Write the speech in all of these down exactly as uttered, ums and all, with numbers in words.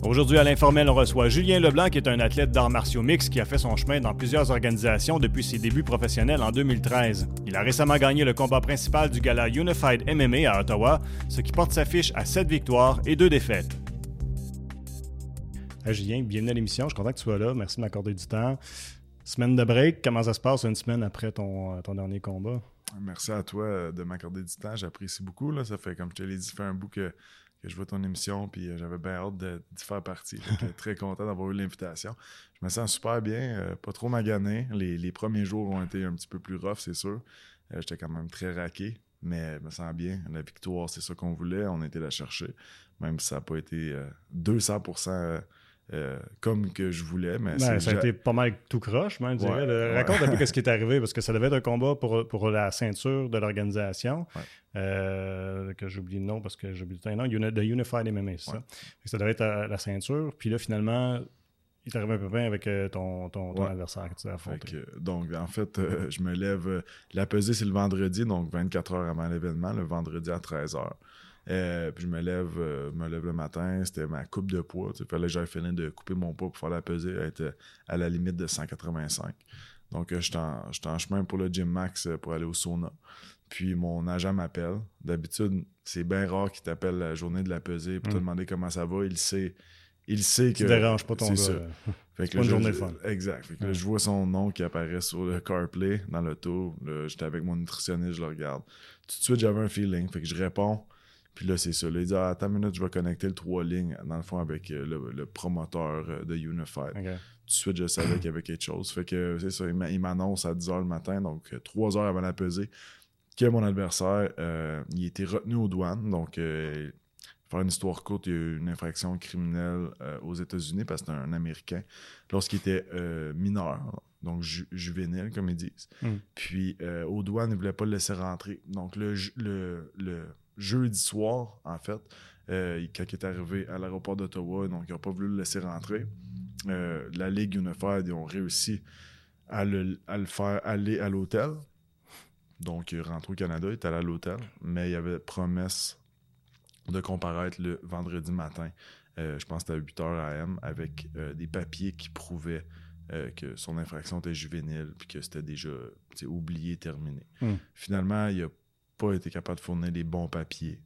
Aujourd'hui, à l'Informel, on reçoit Julien Leblanc, qui est un athlète d'arts martiaux mixtes qui a fait son chemin dans plusieurs organisations depuis ses débuts professionnels en deux mille treize. Il a récemment gagné le combat principal du gala Unified M M A à Ottawa, ce qui porte sa fiche à sept victoires et deux défaites. Hey Julien, bienvenue à l'émission. Je suis content que tu sois là. Merci de m'accorder du temps. Semaine de break, comment ça se passe une semaine après ton, ton dernier combat? Merci à toi de m'accorder du temps. J'apprécie beaucoup. Là. Ça fait, comme je te l'ai dit, ça fait un bout que, que je vois ton émission puis j'avais bien hâte de, d'y faire partie. Très content d'avoir eu l'invitation. Je me sens super bien, euh, pas trop magané. Les, les premiers jours ont été un petit peu plus rough, c'est sûr. Euh, j'étais quand même très raqué, mais je me sens bien. La victoire, c'est ça qu'on voulait. On a été la chercher, même si ça n'a pas été euh, deux cents pour cent euh, Euh, comme que je voulais, mais ben, c'est ça a ja... été pas mal tout croche, même, je dirais. Ouais, Le... ouais. Raconte un peu ce qui est arrivé, parce que ça devait être un combat pour, pour la ceinture de l'organisation, ouais. euh, que j'oublie le nom parce que j'oublie le nom, Uni- de Unified M M A, c'est ouais. ça? Ça devait être la, la ceinture, puis là, finalement, il t'arrive un peu bien avec euh, ton, ton, ton ouais. adversaire que tu as affronté. Que, donc, en fait, euh, je me lève... Euh, la pesée, c'est le vendredi, donc vingt-quatre heures avant l'événement, le vendredi à treize heures. Euh, puis je me lève, euh, me lève le matin, c'était ma coupe de poids. Il fallait que j'aille finir de couper mon poids pour faire la pesée, être à la limite de cent quatre-vingt-cinq. Donc, euh, j'étais en, en chemin pour le Gym Max pour aller au sauna. Puis mon agent m'appelle. D'habitude, c'est bien rare qu'il t'appelle la journée de la pesée pour mm. te demander comment ça va. Il sait, il sait tu que... Tu déranges pas ton c'est gars. Ça. Fait que c'est pas une je, journée je, de fun. Exact. Fait que ouais. là, je vois son nom qui apparaît sur le CarPlay dans l'auto. Là, j'étais avec mon nutritionniste, je le regarde. Tout de suite, j'avais un feeling. Fait que je réponds. Puis là, c'est ça. Là, il dit, ah, attends une minute, je vais connecter le trois lignes, dans le fond, avec euh, le, le promoteur euh, de Unified. Okay. Tout de suite, je savais qu'il y avait quelque chose. Fait que, c'est ça, il m'annonce à dix heures le matin, donc trois heures avant la pesée, que mon adversaire, euh, il était retenu aux douanes. Donc, euh, faire une histoire courte, il y a eu une infraction criminelle euh, aux États-Unis, parce que c'était un Américain, lorsqu'il était euh, mineur, donc ju- juvénile, comme ils disent. Mm. Puis, euh, aux douanes, ils ne voulaient pas le laisser rentrer. Donc, le... le, le jeudi soir, en fait, euh, quand il est arrivé à l'aéroport d'Ottawa, donc ils n'ont pas voulu le laisser rentrer. Euh, la Ligue Unified, ils ont réussi à le, à le faire aller à l'hôtel. Donc, il est rentré au Canada, il est allé à l'hôtel, mais il avait promesse de comparaître le vendredi matin, euh, je pense que c'était à huit heures A M, avec euh, des papiers qui prouvaient euh, que son infraction était juvénile puis que c'était déjà oublié, terminé. Mm. Finalement, il a pas été capable de fournir les bons papiers.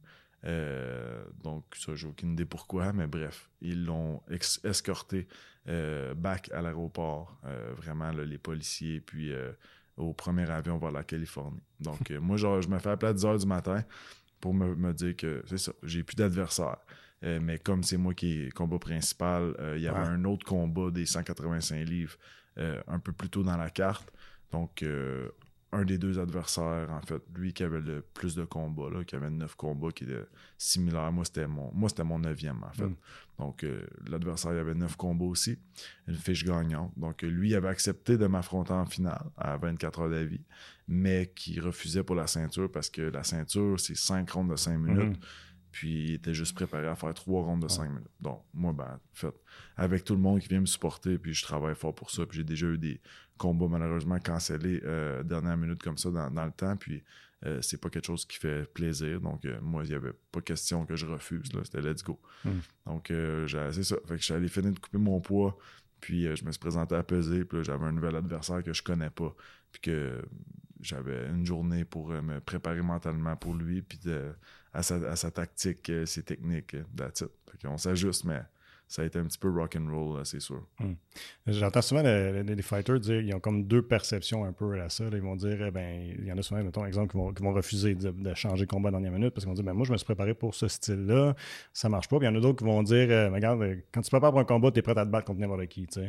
Euh, donc, ça, j'ai aucune idée pourquoi, mais bref, ils l'ont ex- escorté euh, back à l'aéroport, euh, vraiment, là, les policiers, puis euh, au premier avion vers la Californie. Donc, euh, moi, genre, je me fais appeler à dix heures du matin pour me, me dire que, c'est ça, j'ai plus d'adversaire. Euh, mais comme c'est moi qui est combat principal, euh, il y avait ouais. un autre combat des cent quatre-vingt-cinq livres euh, un peu plus tôt dans la carte. Donc, euh, un des deux adversaires, en fait, lui qui avait le plus de combats, là, qui avait neuf combats, qui était similaire. Moi, c'était mon, moi, c'était mon neuvième, en fait. Mm. Donc, euh, l'adversaire, il avait neuf combats aussi, une fiche gagnante. Donc, lui, il avait accepté de m'affronter en finale à vingt-quatre heures d'avis, mais qui refusait pour la ceinture parce que la ceinture, c'est cinq rondes de cinq minutes. Mm-hmm. Puis, il était juste préparé à faire trois rondes de cinq minutes. Donc, moi, ben, en fait, avec tout le monde qui vient me supporter, puis je travaille fort pour ça. Puis, j'ai déjà eu des combats malheureusement cancellés euh, dernière minute comme ça dans, dans le temps. Puis, euh, c'est pas quelque chose qui fait plaisir. Donc, euh, moi, il n'y avait pas question que je refuse. Là. C'était let's go. Mm. Donc, euh, j'ai, c'est ça. Fait que je suis allé finir de couper mon poids. Puis, euh, je me suis présenté à peser. Puis là, j'avais un nouvel adversaire que je connais pas. Puis que j'avais une journée pour euh, me préparer mentalement pour lui. Puis de, à, sa, à sa tactique, euh, ses techniques. Euh, that's it. Fait qu'on s'ajuste, mais ça a été un petit peu rock'n'roll, là, c'est sûr. Hum. J'entends souvent les, les fighters dire qu'ils ont comme deux perceptions un peu à ça. Là. Ils vont dire, eh ben, il y en a souvent, mettons, exemple, qui vont, qui vont refuser de, de changer de combat à la dernière minute parce qu'ils vont dire, ben, moi, je me suis préparé pour ce style-là, ça marche pas. Puis il y en a d'autres qui vont dire, euh, regarde, quand tu te prépares pour un combat, tu es prêt à te battre contre n'importe qui. Tu sais.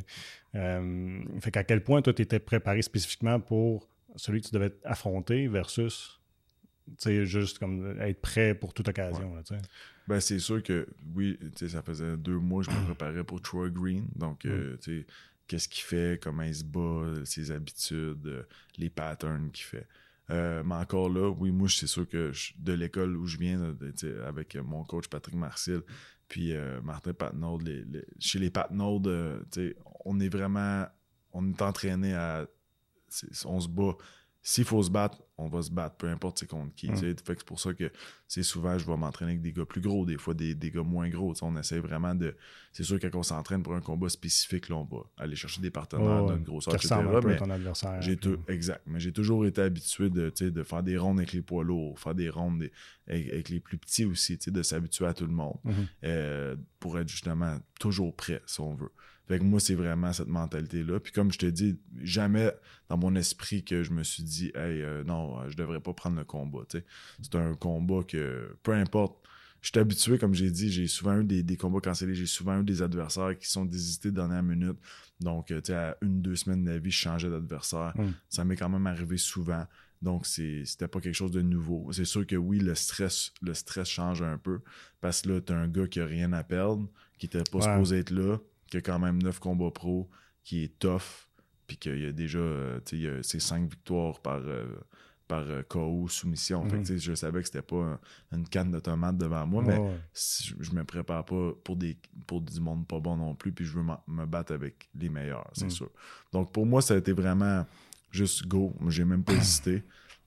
Euh, fait qu'à quel point toi, tu étais préparé spécifiquement pour celui que tu devais affronter versus, tu sais, juste comme être prêt pour toute occasion. Ouais. Là, tu sais. Ben, c'est sûr que, oui, ça faisait deux mois que je me préparais pour Troy Green. Donc, mm. euh, tu sais, qu'est-ce qu'il fait, comment il se bat, ses habitudes, euh, les patterns qu'il fait. Euh, mais encore là, oui, moi, c'est sûr que je, de l'école où je viens, là, avec mon coach Patrick Marcil, puis euh, Martin Patnaud, les, les, chez les Patnaud, euh, on est vraiment, on est entraîné à, on se bat. S'il faut se battre, on va se battre, peu importe c'est contre qui. Mm. Fait que c'est pour ça que c'est souvent, je vais m'entraîner avec des gars plus gros, des fois des, des gars moins gros. T'sais, on essaie vraiment de. C'est sûr que quand on s'entraîne pour un combat spécifique, là, on va aller chercher des partenaires oh, d'une grosseur, qui et cetera. ressemble un peu Mais à ton adversaire. j'ai puis... tout, exact. Mais j'ai toujours été habitué de, de faire des rondes avec les poids lourds, faire des rondes des, avec, avec les plus petits aussi, de s'habituer à tout le monde. Mm-hmm. euh, pour être justement toujours prêt, si on veut. Fait que moi, c'est vraiment cette mentalité-là. Puis comme je te dis, jamais dans mon esprit que je me suis dit « Hey, euh, non, je devrais pas prendre le combat. » C'est un combat que, peu importe, je suis habitué, comme j'ai dit, j'ai souvent eu des, des combats cancellés, j'ai souvent eu des adversaires qui sont désistés de dernière minute. Donc, tu sais, à une, deux semaines de la vie, je changeais d'adversaire. Mm. Ça m'est quand même arrivé souvent. Donc, c'est, c'était pas quelque chose de nouveau. C'est sûr que oui, le stress, le stress change un peu. Parce que là, t'as un gars qui a rien à perdre, qui était pas ouais. supposé être là, qui a quand même neuf combats pro, qui est tough, puis qu'il y a déjà, euh, tu sais, il y a ses cinq victoires par, euh, par euh, K O, soumission. Mm-hmm. Fait que, tu sais, je savais que c'était pas un, une canne de tomates devant moi, oh, mais ouais. je, je me prépare pas pour, des, pour du monde pas bon non plus, puis je veux me battre avec les meilleurs, c'est mm. sûr. Donc, pour moi, ça a été vraiment juste go. J'ai même pas hésité.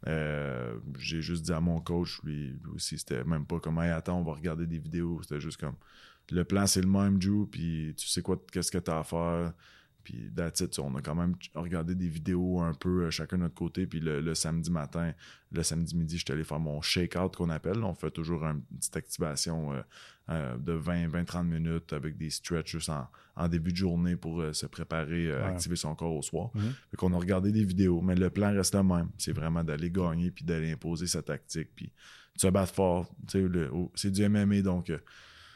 Euh, j'ai juste dit à mon coach, lui, lui aussi, c'était même pas comme hey, attends, on va regarder des vidéos. C'était juste comme le plan, c'est le même, Drew, puis tu sais quoi, qu'est-ce que t'as à faire. Puis that's it, on a quand même regardé des vidéos un peu euh, chacun de notre côté. Puis le, le samedi matin, le samedi midi, j'étais allé faire mon shake-out qu'on appelle. On fait toujours une petite activation euh, euh, de vingt à trente minutes avec des stretches en, en début de journée pour euh, se préparer, euh, ouais. activer son corps au soir. Mm-hmm. Fait qu'on a regardé des vidéos, mais le plan reste le même. C'est vraiment d'aller gagner puis d'aller imposer sa tactique. Puis de se battre fort. Le, oh, c'est du M M A, donc... Euh,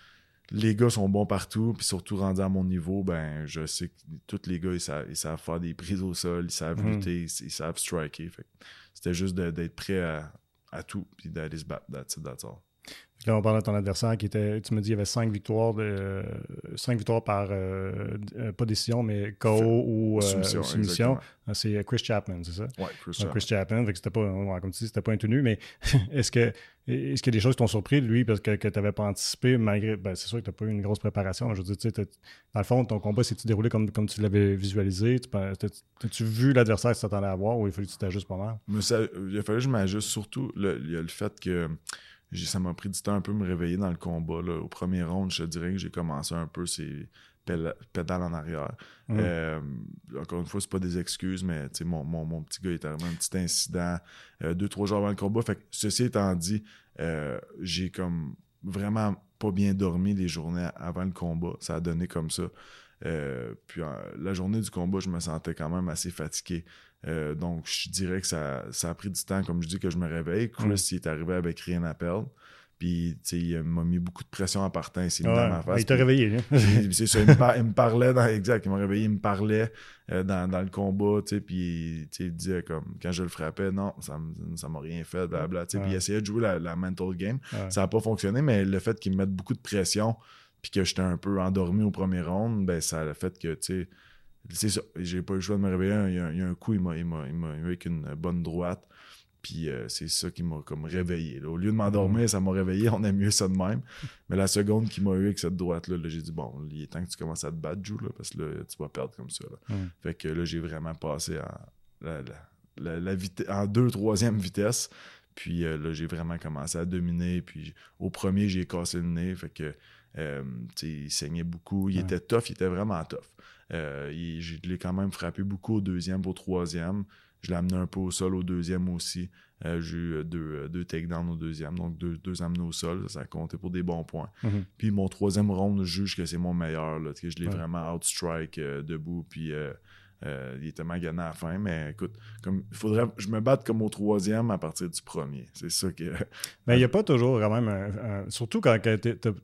les gars sont bons partout, puis surtout rendus à mon niveau, ben je sais que tous les gars, ils savent, ils savent faire des prises au sol, ils savent mm. lutter, ils, ils savent striker. Fait. C'était juste de, d'être prêt à, à tout, puis d'aller se battre. That's it, that's all. Là, on parlait de ton adversaire qui était, tu me dis, il y avait cinq victoires, de, euh, cinq victoires par, euh, euh, pas décision, mais K O Fait, ou euh, soumission. soumission. C'est Chris Chapman, c'est ça? Oui, Chris Chapman. Chris Chapman, fait que c'était pas, ouais, comme tu dis, c'était pas un tout nu, mais est-ce que est-ce qu'il y a des choses qui t'ont surpris de lui parce que, que tu n'avais pas anticipé, malgré, ben c'est sûr que tu n'as pas eu une grosse préparation, mais je veux dire, tu sais, dans le fond, ton combat s'est-tu déroulé comme, comme tu l'avais visualisé? Tu, as-tu vu l'adversaire que tu t'attendais à voir ou il fallait que tu t'ajustes pas mal? Mais ça, il a fallu que je m'ajuste, surtout le, il y a le fait que ça m'a pris du temps un peu me réveiller dans le combat. Là. Au premier round, je te dirais que j'ai commencé un peu ces pédales en arrière. Mm. Euh, encore une fois, c'est pas des excuses, mais mon, mon, mon petit gars est arrivé un petit incident euh, deux, trois jours avant le combat. Fait que, ceci étant dit, euh, j'ai comme vraiment pas bien dormi les journées avant le combat. Ça a donné comme ça. Euh, puis euh, la journée du combat, je me sentais quand même assez fatigué. Euh, donc, je dirais que ça, ça a pris du temps, comme je dis, que je me réveille. Chris, mm. il est arrivé avec rien à perdre. Puis, tu sais, il m'a mis beaucoup de pression en partant. Il s'est mis ouais, dans ma face. Il t'a réveillé, hein? C'est ça, il me, par, il me parlait, dans, exact, il m'a réveillé, il me parlait euh, dans, dans le combat, tu sais, puis il disait comme, quand je le frappais, non, ça ça m'a rien fait, blablabla, tu sais, ouais. Puis il essayait de jouer la, la mental game. Ouais. Ça n'a pas fonctionné, mais le fait qu'il me mette beaucoup de pression, puis que j'étais un peu endormi au premier round, ben ça a le fait que, tu sais, c'est ça, j'ai pas eu le choix de me réveiller. Il y a, il y a un coup, il m'a, il m'a, il m'a eu avec une bonne droite. Puis euh, c'est ça qui m'a comme réveillé. Là. Au lieu de m'endormir, ça m'a réveillé. On aime mieux ça de même. Mais la seconde qu'il m'a eu avec cette droite-là, là, j'ai dit, bon, il est temps que tu commences à te battre, Drew, là, parce que là, tu vas perdre comme ça. Là. Mm. Fait que là, j'ai vraiment passé en, la, la, la, la vite- en deux, troisième vitesse. Puis euh, là, j'ai vraiment commencé à dominer. Puis au premier, j'ai cassé le nez. Fait que, euh, tu sais, il saignait beaucoup. Il mm. était tough, il était vraiment tough. Euh, il, je l'ai quand même frappé beaucoup au deuxième, au troisième. Je l'ai amené un peu au sol au deuxième aussi. Euh, j'ai eu deux, deux takedowns au deuxième, donc deux, deux amenés au sol. Ça a compté pour des bons points. Mm-hmm. Puis mon troisième round, je juge que c'est mon meilleur. Là, que je l'ai ouais. vraiment outstrike euh, debout. Puis euh, euh, il était magané à la fin. Mais écoute, comme il faudrait je me batte comme au troisième à partir du premier. C'est ça que. Mais il n'y a pas toujours quand même. Un, un, surtout quand tu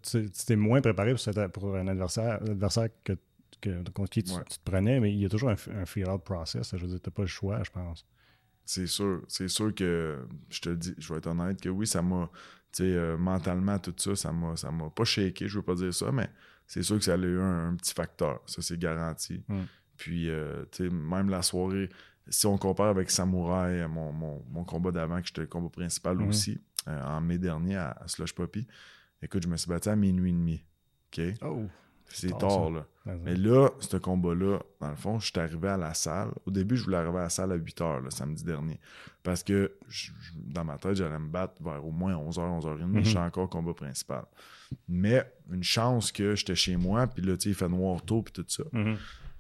es moins préparé pour, pour un adversaire, un adversaire que Que, contre qui tu, ouais. tu te prenais, mais il y a toujours un, un feel-out process. Je veux dire, tu n'as pas le choix, je pense. C'est sûr. C'est sûr que, je te le dis, je vais être honnête, que oui, ça m'a, tu sais, euh, mentalement, tout ça, ça m'a, ça m'a pas shaké, je veux pas dire ça, mais c'est sûr que ça a eu un, un petit facteur. Ça, c'est garanti. Mm. Puis, euh, tu sais, même la soirée, si on compare avec Samouraï, mon, mon, mon combat d'avant, que j'étais le combat principal mm. aussi, euh, en mai dernier à, à Slush Poppy, écoute, je me suis battu à minuit et demi. OK? Oh! C'est Oh, tard, ça. là. Ouais, Mais là, ce combat-là, dans le fond, je suis arrivé à la salle. Au début, je voulais arriver à la salle à huit heures, le samedi dernier. Parce que je- je- dans ma tête, j'allais me battre vers au moins onze heures, onze heures trente. Mhm. Je suis encore au combat principal. Mais une chance que j'étais chez moi, puis là, tu sais, il fait noir tôt, puis tout ça. Mhm.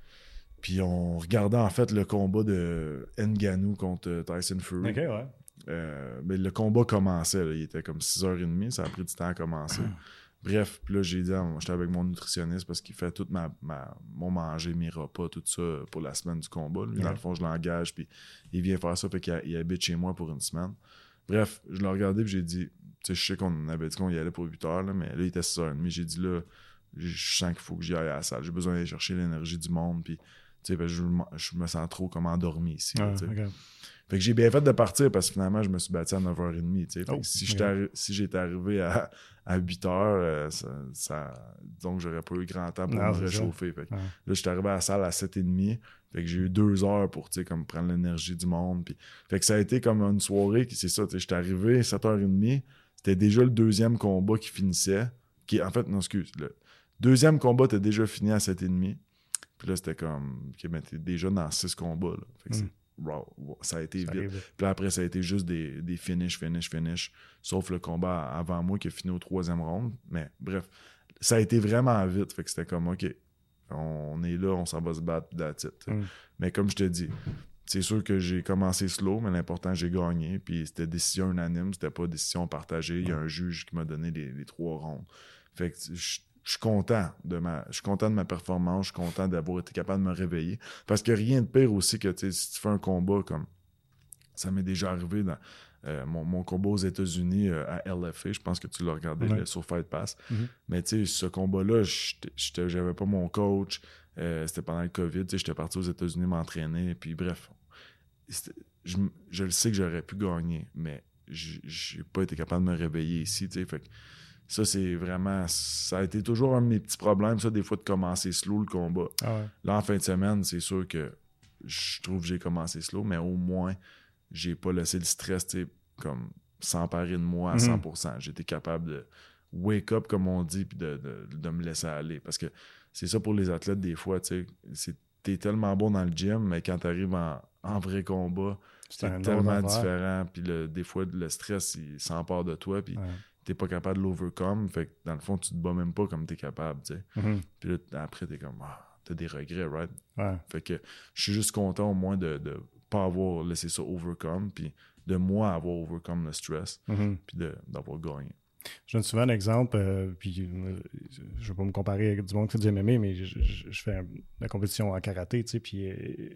Puis on regardait en fait le combat de Ngannou contre Tyson Fury. OK, ouais. Euh, mais le combat commençait, là. Il était comme six heures trente, ça a pris du temps à commencer. Bref, puis là, j'ai dit, ah, j'étais avec mon nutritionniste parce qu'il fait tout ma, ma, mon manger, mes repas, tout ça pour la semaine du combat. Lui, Ouais. dans le fond, je l'engage, puis il vient faire ça, fait qu'il il habite chez moi pour une semaine. Bref, je l'ai regardé, puis j'ai dit, tu sais, je sais qu'on avait dit qu'on y allait pour huit heures, là, mais là, il était six heures trente. J'ai dit, là, je sens qu'il faut que j'y aille à la salle. J'ai besoin d'aller chercher l'énergie du monde, puis, tu sais, ben, je, je me sens trop comme endormi ici. Là, Ouais, tu sais. OK. Fait que j'ai bien fait de partir parce que finalement, je me suis battu à neuf heures trente. Tu sais. Fait Oh, que si, ok. j'étais arri- si j'étais arrivé à, à huit heures, euh, ça, ça, donc j'aurais pas eu grand temps pour Non, me c'est ça. réchauffer. Fait que Ouais. là, j'étais arrivé à la salle à sept heures trente. Fait que j'ai eu deux heures pour tu sais, comme prendre l'énergie du monde. Puis... Fait que ça a été comme une soirée qui, c'est ça, tu sais, j'étais arrivé à sept heures trente. C'était déjà le deuxième combat qui finissait. Qui, en fait, non, excuse. Le deuxième combat était déjà fini à sept heures trente. Puis là, c'était comme, ok, ben, t'es déjà dans six combats. Là. Fait que Mm. c'est wow, wow, ça a été Ça vite. arrive. Puis là, après, ça a été juste des, des finish, finish, finish. Sauf le combat avant moi qui a fini au troisième round. Mais bref, ça a été vraiment vite. Fait que c'était comme, OK, on est là, on s'en va se battre, that's it. Mm. Mais comme je te dis, c'est sûr que j'ai commencé slow, mais l'important, j'ai gagné. Puis c'était décision unanime, c'était pas décision partagée. Il y a un juge qui m'a donné les, les trois rondes. Fait que je je suis content de ma je suis content de ma performance, je suis content d'avoir été capable de me réveiller parce que rien de pire aussi que tu sais, si tu fais un combat comme ça m'est déjà arrivé dans euh, mon, mon combat aux États-Unis euh, à L F A, je pense que tu l'as regardé Ouais. là, sur Fight Pass. Mm-hmm. Mais tu sais, ce combat-là, j'étais- j'étais- j'avais pas mon coach, euh, c'était pendant le COVID, tu sais, j'étais parti aux États-Unis m'entraîner, puis bref, c'était- je, je le sais que j'aurais pu gagner, mais j- j'ai pas été capable de me réveiller ici, tu sais, fait que ça, c'est vraiment... Ça a été toujours un de mes petits problèmes, ça, des fois, de commencer slow le combat. Ah ouais. Là, en fin de semaine, c'est sûr que je trouve que j'ai commencé slow, mais au moins, j'ai pas laissé le stress, tu sais, comme s'emparer de moi à Mhm. cent pour cent. J'ai été capable de wake up, comme on dit, puis de, de, de me laisser aller. Parce que c'est ça pour les athlètes, des fois, tu sais, c'est- t'es tellement bon dans le gym, mais quand t'arrives en, en vrai combat, C'est un c'est autre tellement affaire. différent, puis le- des fois, le stress, il s'empare de toi, puis Ouais. t'es pas capable de l'overcome, fait que dans le fond, tu te bats même pas comme t'es capable, tu sais. Mhm. Puis là, après, t'es comme, ah, t'as des regrets, right? Ouais. Fait que je suis juste content au moins de ne pas avoir laissé ça overcome, puis de moi avoir overcome le stress, Mhm. puis de- d'avoir gagné. Je donne souvent un exemple, euh, puis euh, je ne vais pas me comparer avec du monde qui fait du M M A, mais je, je- je fais un- la compétition en karaté, tu sais, puis euh,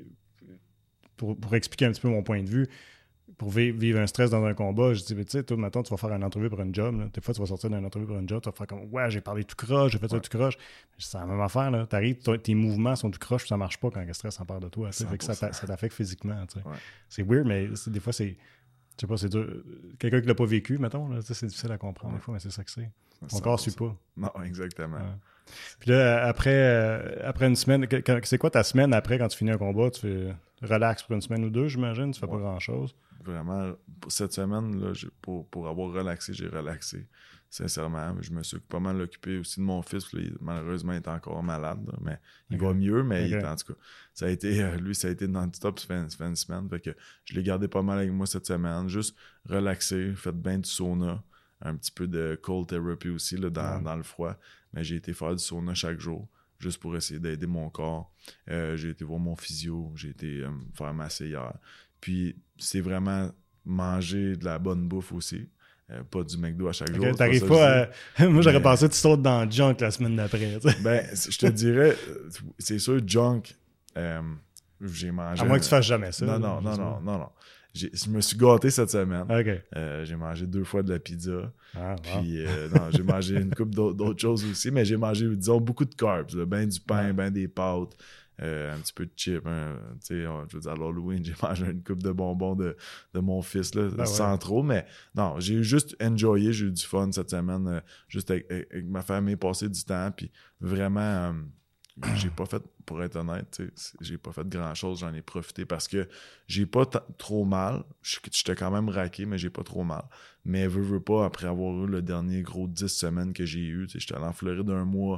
pour, pour expliquer un petit peu mon point de vue, pour vi- vivre un stress dans un combat, je dis, mais tu sais, toi, maintenant, tu vas faire une entrevue pour une job. Là. Des fois, tu vas sortir d'une entrevue pour une job, tu vas faire comme, ouais, j'ai parlé tout croche, j'ai fait ça Ouais. tout croche. C'est la même affaire, là. T'arrives, toi, tes mouvements sont tout croche, puis ça marche pas quand le stress s'empare de toi. tu sais. Fait que ça, t'a- ça t'affecte physiquement, tu sais. Ouais. C'est weird, mais c'est- des fois, c'est. Je sais pas, c'est dur. Quelqu'un qui l'a pas vécu, mettons, là, tu sais, c'est difficile à comprendre Ouais. des fois, mais c'est ça que c'est. Ton cent corps pour suit cent. pas. Non, exactement. Ouais. Puis là, après, euh, après une semaine, que- que- c'est quoi ta semaine après quand tu finis un combat? Tu fais relax pour une semaine ou deux, j'imagine? Tu fais Ouais. pas grand-chose? Vraiment, pour cette semaine, là, j'ai- pour, pour avoir relaxé, j'ai relaxé. Sincèrement, je me suis pas mal occupé aussi de mon fils. Là, il- malheureusement, il est encore malade, là, mais il Ok. va mieux. Mais il Ok. est- en tout cas, ça a été, euh, lui, ça a été non-stop, ça fait, ça fait une semaine. Fait que je l'ai gardé pas mal avec moi cette semaine. Juste relaxer, fait bien du sauna, un petit peu de cold therapy aussi là, dans, Ouais. dans le froid. Mais j'ai été faire du sauna chaque jour, juste pour essayer d'aider mon corps. Euh, j'ai été voir mon physio, j'ai été euh, me faire masser hier. Puis c'est vraiment manger de la bonne bouffe aussi. Euh, pas du McDo à chaque Ok, jour. c'est t'arrives ça pas que je dis. à... Moi, j'aurais Mais- pensé que tu sautes dans le junk la semaine d'après. tu sais. Ben, c- je te dirais, euh, c'est sûr, junk, euh, j'ai mangé... À moins un- que tu fasses jamais ça. Non, là, non, je non, sais non, pas. non, non. J'ai- Je me suis gâté cette semaine. OK. Euh, j'ai mangé deux fois de la pizza. Ah, wow. Puis, euh, non, j'ai mangé une couple d'autres d'autres choses aussi, mais j'ai mangé, disons, beaucoup de carbs. là. Ben du pain, Ouais. ben des pâtes, euh, un petit peu de chips. hein. Tu sais, on- je veux dire, à l'Halloween, j'ai mangé une coupe de bonbons de, de mon fils, là, Ben sans ouais. trop. Mais non, j'ai juste enjoyé, j'ai eu du fun cette semaine, euh, juste avec, avec ma famille, passer du temps. Puis vraiment, euh, j'ai pas fait, pour être honnête, tu sais, j'ai pas fait grand-chose, j'en ai profité parce que j'ai pas t- trop mal. Je- J'étais quand même raqué, mais j'ai pas trop mal. Mais veux, veux pas, après avoir eu le dernier gros dix semaines que j'ai eu, tu sais, j'étais allé en Floride un mois,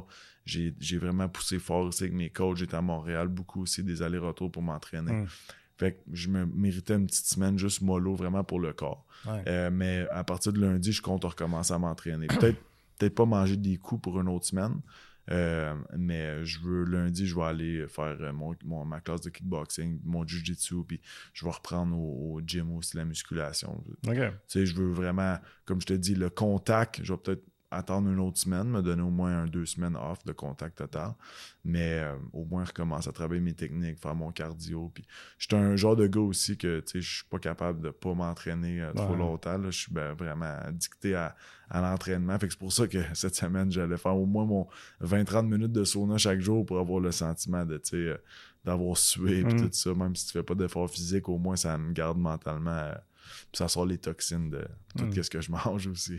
j'ai, j'ai vraiment poussé fort aussi avec mes coachs. J'étais à Montréal, beaucoup aussi des allers-retours pour m'entraîner. Mm. Fait que je me méritais une petite semaine juste mollo, vraiment pour le corps. Ouais. Euh, mais à partir de lundi, je compte recommencer à m'entraîner. Peut-être, peut-être pas manger des coups pour une autre semaine. Euh, mais je veux lundi, je vais aller faire mon, mon, ma classe de kickboxing, mon jiu-jitsu, puis je vais reprendre au, au gym aussi la musculation. Okay. Tu sais, je veux vraiment, comme je te dis, le contact, je vais peut-être attendre une autre semaine, me donner au moins un, deux semaines off de contact total, mais euh, au moins recommencer à travailler mes techniques, faire mon cardio. Puis je suis un genre de gars aussi que tu sais, je suis pas capable de pas m'entraîner euh, trop ouais. longtemps. Là. Je suis ben, vraiment addicté à, à l'entraînement. Fait que c'est pour ça que cette semaine, j'allais faire au moins mon vingt à trente minutes de sauna chaque jour pour avoir le sentiment de tu sais, euh, d'avoir sué et mm. tout ça. Même si tu fais pas d'effort physique, au moins ça me garde mentalement. Euh, puis ça sort les toxines de tout mm. ce que je mange aussi.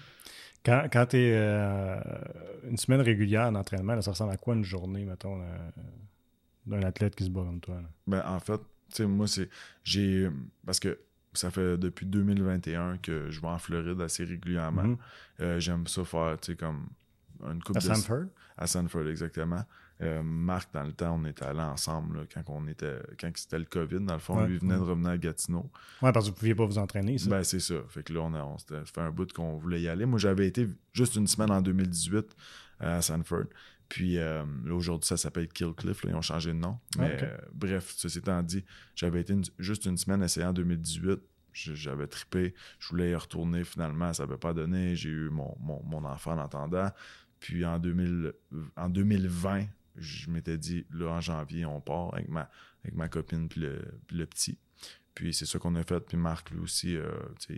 Quand, quand tu es euh, une semaine régulière d'entraînement, là, ça ressemble à quoi une journée, mettons, euh, d'un athlète qui se bat comme toi? Là? Ben, en fait, tu sais, moi, c'est. J'ai. Parce que ça fait depuis deux mille vingt et un que je vais en Floride assez régulièrement. Mm-hmm. Euh, j'aime ça faire, tu sais, comme une coupe à de. À Sanford? À Sanford, exactement. Euh, Marc, dans le temps, on était allés ensemble là, quand on était quand c'était le COVID. Dans le fond, ouais, lui venait ouais. de revenir à Gatineau. Oui, parce que vous ne pouviez pas vous entraîner, ça. Ben, c'est ça. Fait que là, on, a, on s'était fait un bout qu'on voulait y aller. Moi, j'avais été juste une semaine en deux mille dix-huit à Sanford. Puis euh, là, aujourd'hui, ça s'appelle Killcliff. Là, ils ont changé de nom. Mais okay. euh, bref, ceci étant dit, j'avais été une, juste une semaine essayant en deux mille dix-huit. J'avais trippé. Je voulais y retourner finalement. Ça n'avait pas donné. J'ai eu mon, mon, mon enfant en attendant. Puis en, deux mille, en deux mille vingt, je m'étais dit, là, en janvier, on part avec ma, avec ma copine puis le, puis le petit. Puis c'est ça qu'on a fait. Puis Marc, lui aussi, euh,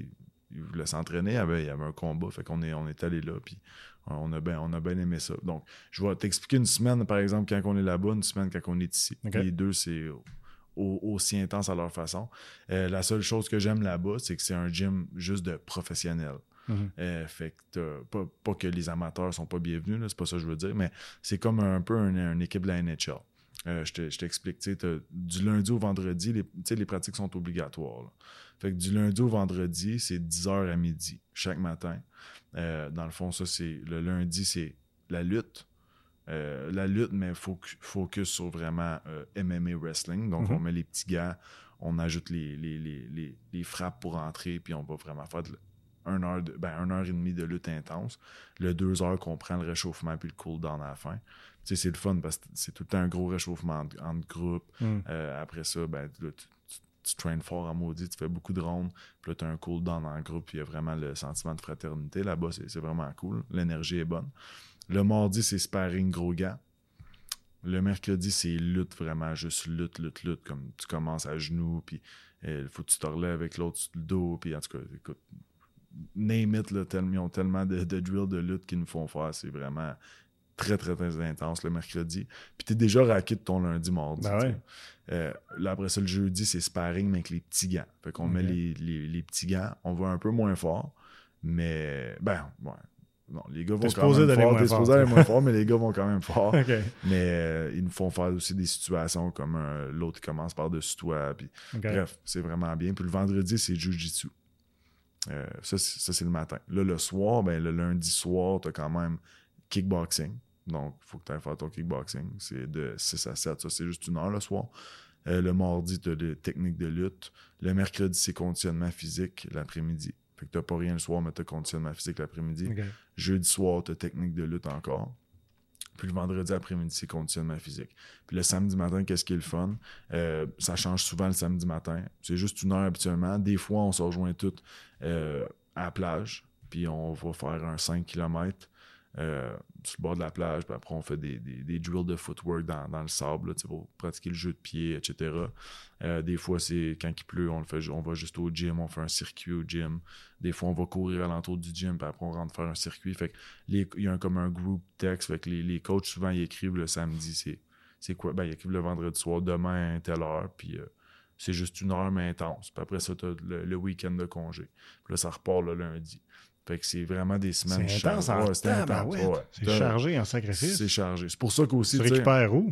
il voulait s'entraîner. Il y avait, il y avait un combat. Fait qu'on est, on est allé là. Puis on a bien on a bien aimé ça. Donc, je vais t'expliquer une semaine, par exemple, quand on est là-bas, une semaine quand on est ici. Okay. Les deux, c'est au, aussi intense à leur façon. Euh, la seule chose que j'aime là-bas, c'est que c'est un gym juste de professionnels. Mm-hmm. Euh, fait que pas, pas que les amateurs sont pas bienvenus, là, c'est pas ça que je veux dire, mais c'est comme un peu une, une équipe de la N H L. Euh, je, te, je t'explique, tu sais, du lundi au vendredi, les, les pratiques sont obligatoires. Là. Fait que du lundi au vendredi, c'est dix heures à midi, chaque matin. Euh, dans le fond, ça, c'est le lundi, c'est la lutte. Euh, la lutte, mais focus, focus sur vraiment euh, M M A wrestling. Donc, mm-hmm. on met les petits gants, on ajoute les, les, les, les, les frappes pour entrer, puis on va vraiment faire de Une heure, de, ben, une heure et demie de lutte intense. Le deux heures qu'on prend le réchauffement puis le cool-down à la fin. Tu sais, c'est le fun parce que c'est tout le temps un gros réchauffement entre, entre groupes. Mm. Euh, après ça, ben, là, tu, tu, tu traînes fort en maudit, tu fais beaucoup de rondes. Puis là, tu as un cool-down en groupe. Puis il y a vraiment le sentiment de fraternité. Là-bas, c'est, c'est vraiment cool. L'énergie est bonne. Le mardi, c'est sparring gros gants. Le mercredi, c'est lutte vraiment, juste lutte, lutte, lutte. Comme tu commences à genoux, puis il euh, faut que tu te relèves avec l'autre sur le dos. Puis en tout cas, écoute, name it, là, tellement, ils ont tellement de, de drills de lutte qu'ils nous font faire. C'est vraiment très, très, très intense le mercredi. Puis t'es déjà raqué de ton lundi, mardi. Ben ouais. euh, là, après ça, le jeudi, c'est sparring, mais avec les petits gants. Fait qu'on okay. met les, les, les petits gants. On va un peu moins fort, mais ben, ouais. Non, les gars vont t'es quand même fort. T'es supposé aller moins fort, mais les gars vont quand même fort. Okay. Mais euh, ils nous font faire aussi des situations comme euh, l'autre qui commence par-dessus toi. Puis, okay. Bref, c'est vraiment bien. Puis le vendredi, c'est jiu-jitsu. Euh, ça, c'est, ça, c'est le matin. Là, le soir, ben, le lundi soir, tu as quand même kickboxing. Donc, il faut que tu ailles faire ton kickboxing. C'est de six à sept. Ça, c'est juste une heure le soir. Euh, le mardi, tu as des techniques de lutte. Le mercredi, c'est conditionnement physique l'après-midi. Fait que tu n'as pas rien le soir, mais tu as conditionnement physique l'après-midi. Okay. Jeudi soir, tu as technique de lutte encore. Puis le vendredi après-midi, c'est conditionnement physique. Puis le samedi matin, qu'est-ce qui est le fun? Euh, ça change souvent le samedi matin. C'est juste une heure habituellement. Des fois, on se rejoint toutes euh, à la plage. Puis on va faire un cinq kilomètres euh, sur le bord de la plage. Puis après, on fait des, des, des drills de footwork dans, dans le sable là, pour pratiquer le jeu de pied, et cetera. Euh, des fois, c'est quand il pleut, on, le fait, on va juste au gym, on fait un circuit au gym. Des fois, on va courir alentour du gym, puis après, on rentre faire un circuit. Fait que les, il y a un, comme un group text. Fait que les, les coachs, souvent, ils écrivent le samedi. C'est, c'est quoi? Ben, ils écrivent le vendredi soir, demain à telle heure, puis euh, c'est juste une heure, mais intense. Puis après ça, tu as le, le week-end de congé. Puis là, ça repart le lundi. Fait que c'est vraiment des semaines c'est intense, chargées. Ouais, c'est intense. Ouais. C'est T'as, chargé en sacrifice. C'est chargé. C'est pour ça qu'aussi. Tu récupères où?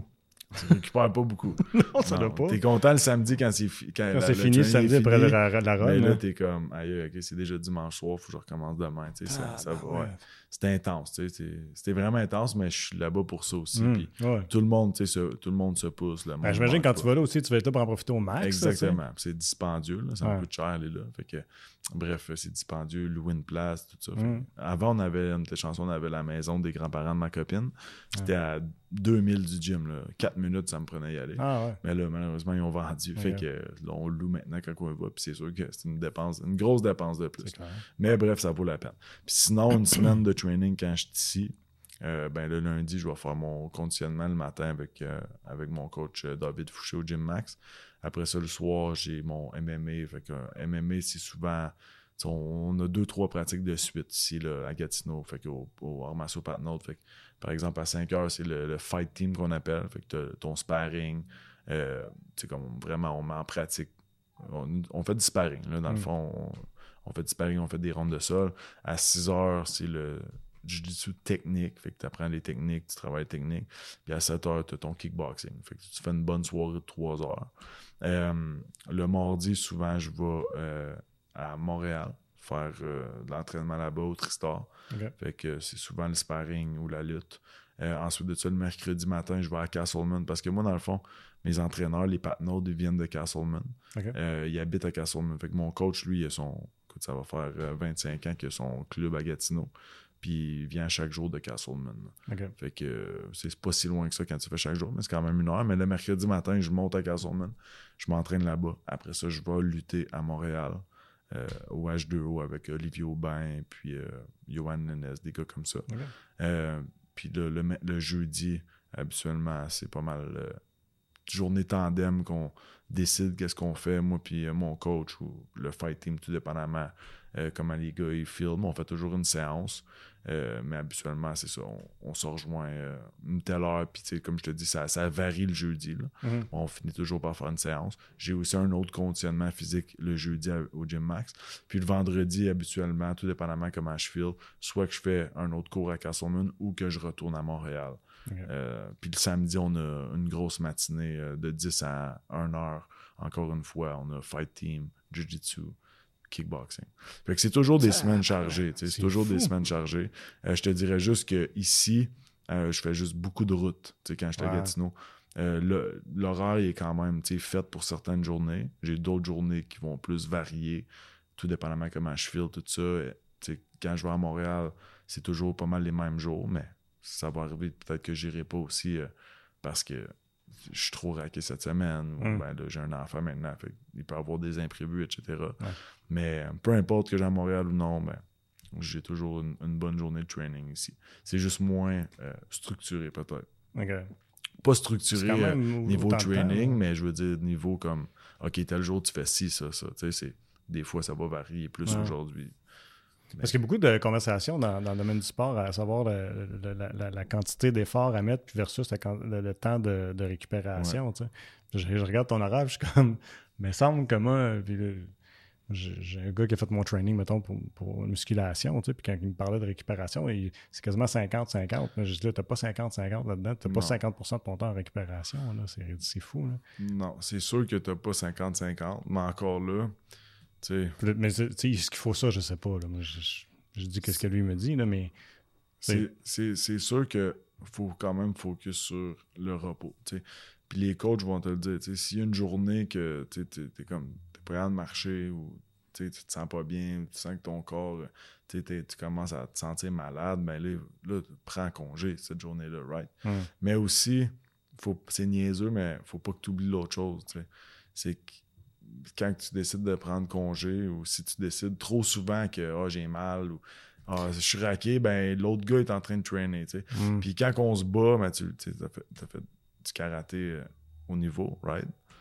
Tu récupères pas beaucoup. Non, ça doit pas. T'es content le samedi quand c'est fi- quand, Quand la- c'est le fini, le training samedi est après fini. la, la run. Mais là, hein. t'es comme, aïe, ok, c'est déjà dimanche soir, faut que je recommence demain. Tu sais, ça, Ah, ça ben va, ouais. ouais. C'était intense. tu sais, c'est- C'était vraiment intense, mais je suis là-bas pour ça aussi. Mm, Puis ouais. tout le monde, tu sais, se- tout le monde se pousse. Le Ben, monde j'imagine mange quand pas. tu vas là aussi, tu vas être là pour en profiter au max. Exactement. Ça, Puis c'est dispendieux, là, ça Ouais. me coûte cher aller là. Fait que, bref, c'est dispendieux, louer une place, tout ça. Fait Mm. que, avant, on avait, on était chanceux, on avait la maison des grands-parents de ma copine. C'était à deux mille du gym. Là. quatre minutes, ça me prenait y aller. Ah ouais. Mais là, malheureusement, ils ont vendu. Okay. Fait que là, on loue maintenant quand on va. Puis c'est sûr que c'est une dépense, une grosse dépense de plus. C'est clair. Mais bref, ça vaut la peine. Puis sinon, une semaine de training quand je suis ici, euh, ben le lundi, je vais faire mon conditionnement le matin avec, euh, avec mon coach euh, David Fouché au Gym Max. Après ça, le soir, j'ai mon M M A. Fait que euh, M M A, c'est souvent... On, on a deux, trois pratiques de suite ici là, à Gatineau, fait qu'au au Armasso Patnaud. Fait que, par exemple, à cinq heures, c'est le, le fight team qu'on appelle. Fait que t'as ton sparring. Euh, comme vraiment, on met en pratique. On, on fait du sparring. Là, dans mm. le fond, on, on fait du sparring, on fait des rondes de sol. À six heures, c'est le jiu-jitsu technique. Fait que tu apprends les techniques, tu travailles les techniques. Puis à sept heures, tu as ton kickboxing. Fait que tu fais une bonne soirée de trois heures. Euh, le mardi, souvent, je vais euh, à Montréal faire euh, de l'entraînement là-bas au Tristar. Okay. Fait que c'est souvent le sparring ou la lutte. Euh, ensuite de ça, le mercredi matin, je vais à Castleman parce que moi, dans le fond, mes entraîneurs, les Patnaud, ils viennent de Castleman. Okay. Euh, ils habitent à Castleman. Fait que mon coach, lui, il a son, écoute, ça va faire euh, vingt-cinq ans qu'il a son club à Gatineau. Puis il vient chaque jour de Castleman. Okay. Fait que euh, c'est pas si loin que ça quand tu fais chaque jour, mais c'est quand même une heure. Mais le mercredi matin, je monte à Castleman. Je m'entraîne là-bas. Après ça, je vais lutter à Montréal. Euh, au H deux O avec Olivier Aubin puis euh, Johan Nenez, des gars comme ça. Okay. Euh, puis le, le, le jeudi, habituellement, c'est pas mal euh, journée tandem qu'on décide qu'est-ce qu'on fait, moi puis euh, mon coach ou le fight team, tout dépendamment euh, comment les gars ils filment. On fait toujours une séance, euh, mais habituellement, c'est ça. On, on se rejoint euh, une telle heure, puis tu sais, comme je te dis, ça, ça varie le jeudi. Là. Mm-hmm. On finit toujours par faire une séance. J'ai aussi un autre conditionnement physique le jeudi à, au Gym Max. Puis le vendredi, habituellement, tout dépendamment comment je file, soit que je fais un autre cours à Castleman ou que je retourne à Montréal. Okay. Euh, puis le samedi, on a une grosse matinée euh, de dix à une heure. Encore une fois, on a fight team, jiu-jitsu, kickboxing. Fait que c'est toujours des ça, semaines chargées. C'est, c'est toujours fou. des semaines chargées. Euh, je te dirais juste que ici, euh, je fais juste beaucoup de routes quand j'étais ouais. à Gatineau. Euh, le, l'horaire est quand même fait pour certaines journées. J'ai d'autres journées qui vont plus varier, tout dépendamment comment je file, tout ça. T'sais, quand je vais à Montréal, c'est toujours pas mal les mêmes jours, mais ça va arriver peut-être que j'irai pas aussi euh, parce que je suis trop raqué cette semaine. Mm. Ou ben là, j'ai un enfant maintenant, fait il peut y avoir des imprévus, et cetera. Ouais. Mais euh, peu importe que j'ai à Montréal ou non, ben, j'ai toujours une, une bonne journée de training ici. C'est juste moins euh, structuré peut-être. Okay. Pas structuré euh, niveau training, temps, mais je veux dire niveau comme OK, tel jour tu fais ci, ça, ça. Tu sais, c'est, des fois ça va varier plus ouais. aujourd'hui. Parce qu'il y a beaucoup de conversations dans, dans le domaine du sport, à savoir le, le, la, la, la quantité d'efforts à mettre versus le, le, le temps de, de récupération. Ouais. Je, je regarde ton horaire, je suis comme, mais semble que moi, puis là, j'ai, j'ai un gars qui a fait mon training, mettons, pour, pour musculation, puis quand il me parlait de récupération, il, c'est quasiment cinquante cinquante. Je dis là, t'as pas cinquante cinquante là-dedans, t'as non. pas cinquante pour cent de ton temps en récupération. Là. C'est, c'est fou. Là. Non, c'est sûr que t'as pas cinquante cinquante, mais encore là, T'sais. Mais est-ce qu'il faut ça, je sais pas. Là. Moi, je, je, je dis qu'est-ce que lui me dit, là, mais... C'est, c'est, c'est sûr qu'il faut quand même focus sur le repos. T'sais. Puis les coachs vont te le dire. S'il y a une journée que t'es, t'es comme t'es pas capable de marcher ou tu te sens pas bien, tu sens que ton corps, tu commences à te sentir malade, ben là, là prends congé cette journée-là, right? Mm. Mais aussi, faut, c'est niaiseux, mais faut pas que tu oublies l'autre chose. T'sais. C'est que quand tu décides de prendre congé ou si tu décides trop souvent que oh, j'ai mal ou oh, je suis raqué, ben l'autre gars est en train de trainer. Mm. Puis quand on se bat, ben, tu as fait, t'as fait du karaté euh, au niveau, right?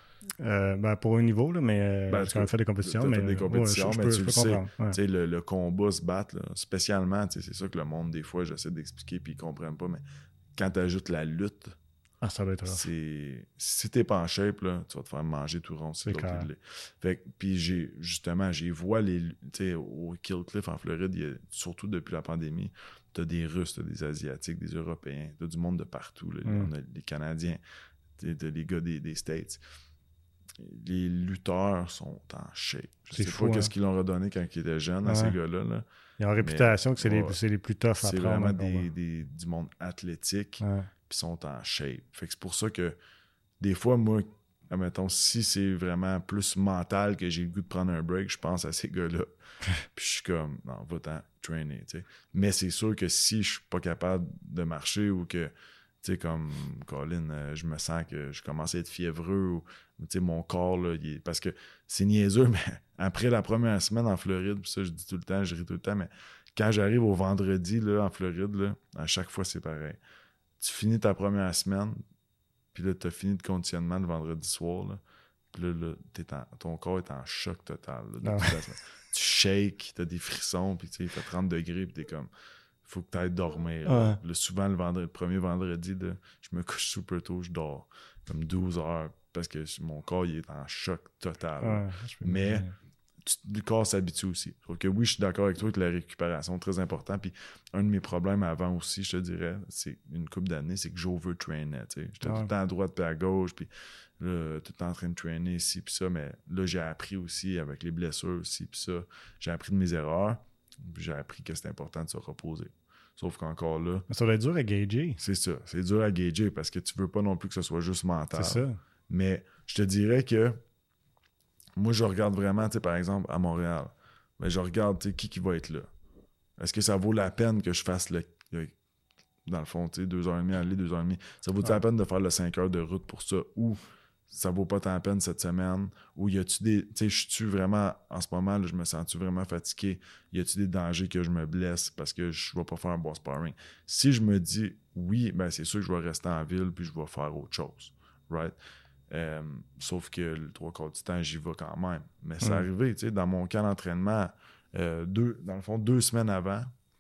Euh, ben, pour un niveau, là, mais euh, ben, j'ai quand même fait des compétitions. T'as mais, fait des compétitions, ouais, je, je mais peux, tu je le sais. Ouais. Le, le combat se battre, là, spécialement, c'est ça que le monde, des fois, j'essaie d'expliquer puis ils comprennent pas, mais quand tu ajoutes la lutte, ah, ça doit être c'est... si t'es pas en shape, là, tu vas te faire manger tout rond. C'est clair. Fait puis j'ai, justement, j'ai vois les... Tu sais, au Kill Cliff en Floride, y a, surtout depuis la pandémie, t'as des Russes, t'as des Asiatiques, des Européens, t'as du monde de partout. Là. Mm. On a les Canadiens. de, les gars des, des States. Les lutteurs sont en shape. Je C'est sais fou, pas hein? qu'est-ce qu'ils l'ont redonné quand ils étaient jeunes, Ouais. à ces gars-là. Là. Ils ont réputation que c'est, ouais, les, c'est les plus toughs à c'est prendre. vraiment en des, combat. des, du monde athlétique, Ouais. puis sont en shape. Fait que c'est pour ça que des fois, moi, admettons, si c'est vraiment plus mental que j'ai le goût de prendre un break, je pense à ces gars-là. Puis je suis comme, non, va-t'en trainer, tu sais. Mais c'est sûr que si je suis pas capable de marcher ou que, tu sais, comme Colin, euh, je me sens que je commence à être fiévreux ou, tu sais, mon corps, là, il est... parce que c'est niaiseux, mais après la première semaine en Floride, puis ça, je dis tout le temps, je ris tout le temps, mais quand j'arrive au vendredi, là, en Floride, là, à chaque fois, c'est pareil. Tu finis ta première semaine, puis là, tu as fini de conditionnement le vendredi soir, là, puis là, là t'es en... ton corps est en choc total, là, de Ah. toute la semaine. Tu shakes, t'as des frissons, puis tu sais, il fait trente degrés, puis t'es comme, faut que t'ailles dormir. Ouais. Là. Là, souvent, le, vendredi, le premier vendredi, là, je me couche super tôt, je dors comme douze heures, parce que mon corps, il est en choc total. Ouais, je peux Mais imaginer. tu, le corps s'habitue aussi. Sauf que oui, je suis d'accord avec toi que la récupération est très importante. Puis un de mes problèmes avant aussi, je te dirais, c'est une couple d'années, c'est que j'overtrainais. Tu sais. J'étais Ouais. tout le temps à droite puis à gauche, puis là, tout le temps en train de trainer ici puis ça. Mais là, j'ai appris aussi avec les blessures aussi puis ça. J'ai appris de mes erreurs. Puis j'ai appris que c'est important de se reposer. Sauf qu'encore là, Mais ça doit être dur à gager. c'est ça. C'est dur à gager parce que tu veux pas non plus que ce soit juste mental. C'est ça. Mais je te dirais que moi, je regarde vraiment, tu sais, par exemple, à Montréal. Mais je regarde, tu sais, qui qui va être là. Est-ce que ça vaut la peine que je fasse le... le- dans le fond, tu sais, deux heures et demie aller, deux heures et demie. Ça vaut-tu Ouais. la peine de faire le cinq heures de route pour ça? Ou ça vaut pas tant la peine cette semaine? Ou y a-tu des... Tu sais, je suis vraiment... En ce moment, là, je me sens-tu vraiment fatigué? Y a-tu des dangers que je me blesse parce que je vais pas faire un bon sparring? Si je me dis oui, ben c'est sûr que je vais rester en ville puis je vais faire autre chose. Right? Euh, sauf que le trois quarts du temps, j'y vais quand même. Mais c'est Mm. arrivé, tu sais, dans mon camp d'entraînement, euh, deux, dans le fond, deux semaines avant,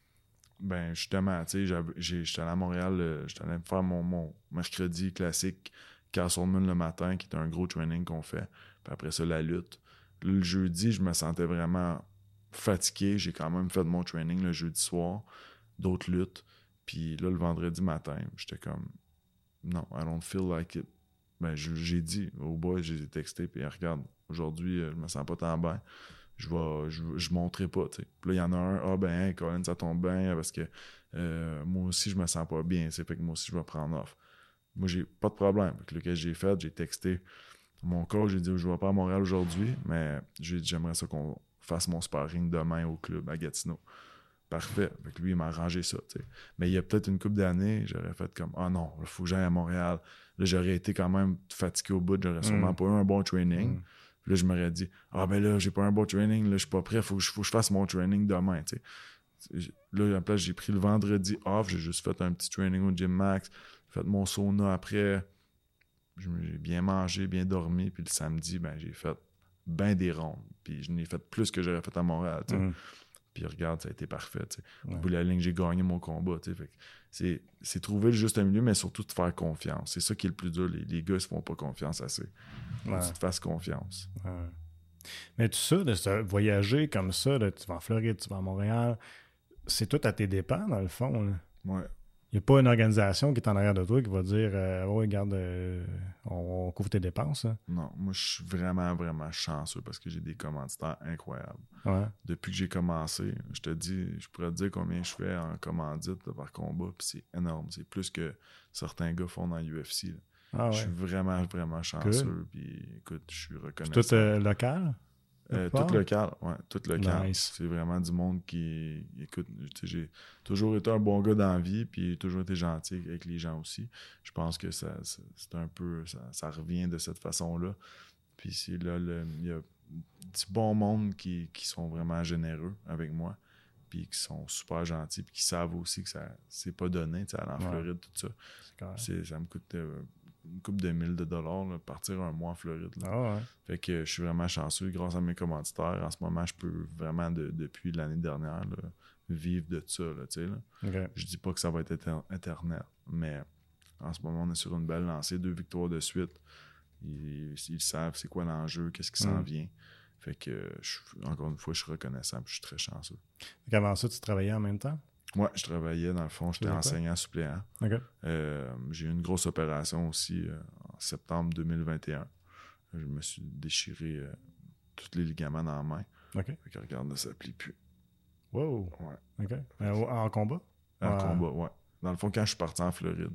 ben justement, tu sais, j'avais- j'ai- j'étais allé à Montréal, euh, j'étais allé me faire mon, mon mercredi classique Castleman le matin, qui est un gros training qu'on fait. Puis après ça, la lutte. Le jeudi, je me sentais vraiment fatigué. J'ai quand même fait mon training le jeudi soir, d'autres luttes. Puis là, le vendredi matin, j'étais comme, non, I don't feel like it. Ben, je- j'ai dit au boy, j'ai texté, puis regarde, aujourd'hui, euh, je me sens pas tant bien. Je vais, je, je monterai pas, tu sais. Puis là, il y en a un, ah ben, hein, Colin, ça tombe bien, parce que euh, moi aussi, je me sens pas bien, c'est fait que moi aussi, je vais prendre off. Moi, j'ai pas de problème. Fait que le que j'ai fait, j'ai texté mon coach, j'ai dit, je vais pas à Montréal aujourd'hui, mais j'ai dit, j'aimerais ça qu'on fasse mon sparring demain au club à Gatineau. Parfait. Fait que lui, il m'a arrangé ça, tu sais. Mais il y a peut-être une couple d'années, j'aurais fait comme, ah non, il faut que j'aille à Montréal. Là, j'aurais été quand même fatigué au bout, j'aurais sûrement Mm. pas eu un bon training. Mm. Puis là, je m'aurais dit, ah ben là, j'ai pas un bon training, là, je suis pas prêt, faut que je, faut que je fasse mon training demain, tu sais. Là, en place, j'ai pris le vendredi off, j'ai juste fait un petit training au Gym Max, fait mon sauna après, j'ai bien mangé, bien dormi, puis le samedi, ben j'ai fait ben des rondes, puis je n'ai fait plus que j'aurais fait à Montréal, tu sais. Mm. Puis regarde, ça a été parfait. Tu sais. Ouais. Au bout de la ligne, j'ai gagné mon combat. Tu sais. Fait que c'est, c'est trouver le juste milieu, mais surtout te faire confiance. C'est ça qui est le plus dur. Les, les gars ne se font pas confiance assez. Faut Ouais. que tu te fasses confiance. Ouais. Mais tout ça, de se voyager comme ça, là, tu vas en Floride, tu vas à Montréal, c'est tout à tes dépens, dans le fond. là. Ouais. Il n'y a pas une organisation qui est en arrière de toi qui va dire euh, oh, regarde, euh, on, on couvre tes dépenses. Hein. Non, moi, je suis vraiment, vraiment chanceux parce que j'ai des commanditaires incroyables. Ouais. Depuis que j'ai commencé, je te dis, je pourrais te dire combien je fais en commandite là, par combat, puis c'est énorme. C'est plus que certains gars font dans l'U F C. Là. Ah, Je ouais. suis vraiment, vraiment chanceux. Puis écoute, je suis C'est reconnaissant. tout euh, local? Euh, Quelque part? tout local, ouais, tout local. Nice. C'est vraiment du monde qui écoute. Tu sais, j'ai toujours été un bon gars dans la vie, puis toujours été gentil avec les gens aussi. Je pense que ça, ça- c'est un peu, ça, ça revient de cette façon-là. Puis c'est là, le- il y a du bon monde qui, qui sont vraiment généreux avec moi, puis qui sont super gentils, puis qui savent aussi que ça c'est pas donné, tu sais, aller en Ouais. Floride, tout ça. C'est correct. C'est, ça me coûte euh, une couple de mille de dollars, là, partir un mois en Floride. Là. Ah, ouais. Fait que je suis vraiment chanceux grâce à mes commanditaires. En ce moment, je peux vraiment, de- depuis l'année dernière, là, vivre de ça. Là, tu sais, là. OK. Je dis pas que ça va être éter- éternel, mais en ce moment, on est sur une belle lancée, deux victoires de suite. Ils, ils savent c'est quoi l'enjeu, qu'est-ce qui s'en Mm. vient. Fait que, je, encore une fois, je suis reconnaissant, puis je suis très chanceux. Fait qu'avant ça, tu travaillais en même temps? Moi, je travaillais, dans le fond, j'étais faisais quoi? enseignant suppléant. OK. Euh, j'ai eu une grosse opération aussi euh, septembre deux mille vingt et un. Je me suis déchiré euh, tous les ligaments dans la main. OK. Fait que regarde, ça ne plie plus. Wow. Ouais. OK. Euh, en combat? En ouais. combat, ouais. Dans le fond, quand je suis parti en Floride,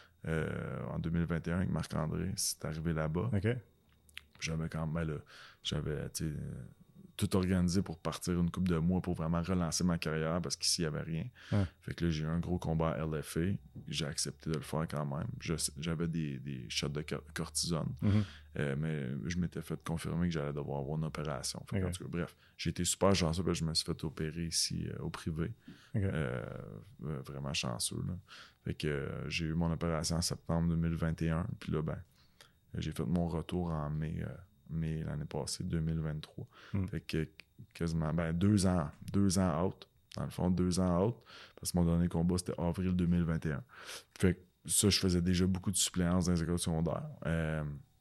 euh, en deux mille vingt et un avec Marc-André, c'est arrivé là-bas. OK. J'avais quand même, là, j'avais, tu sais, tout organisé pour partir une couple de mois pour vraiment relancer ma carrière parce qu'ici, il n'y avait rien. Ouais. Fait que là, j'ai eu un gros combat à L F A. J'ai accepté de le faire quand même. Je, j'avais des, des shots de cortisone. Mm-hmm. Euh, mais je m'étais fait confirmer que j'allais devoir avoir une opération. Fait okay. En tout cas, bref, j'ai été super chanceux parce que je me suis fait opérer ici euh, au privé. Okay. Euh, euh, vraiment chanceux. Là. Fait que euh, j'ai eu mon opération en septembre deux mille vingt et un. Puis là, ben, j'ai fait mon retour en mai. Euh, mais l'année passée, deux mille vingt-trois. Mm. Fait que quasiment, ben, deux ans, deux ans out. Dans le fond, deux ans out. Parce que mon dernier combat, c'était avril deux mille vingt et un. Fait que ça, je faisais déjà beaucoup de suppléances dans les écoles secondaires. Euh,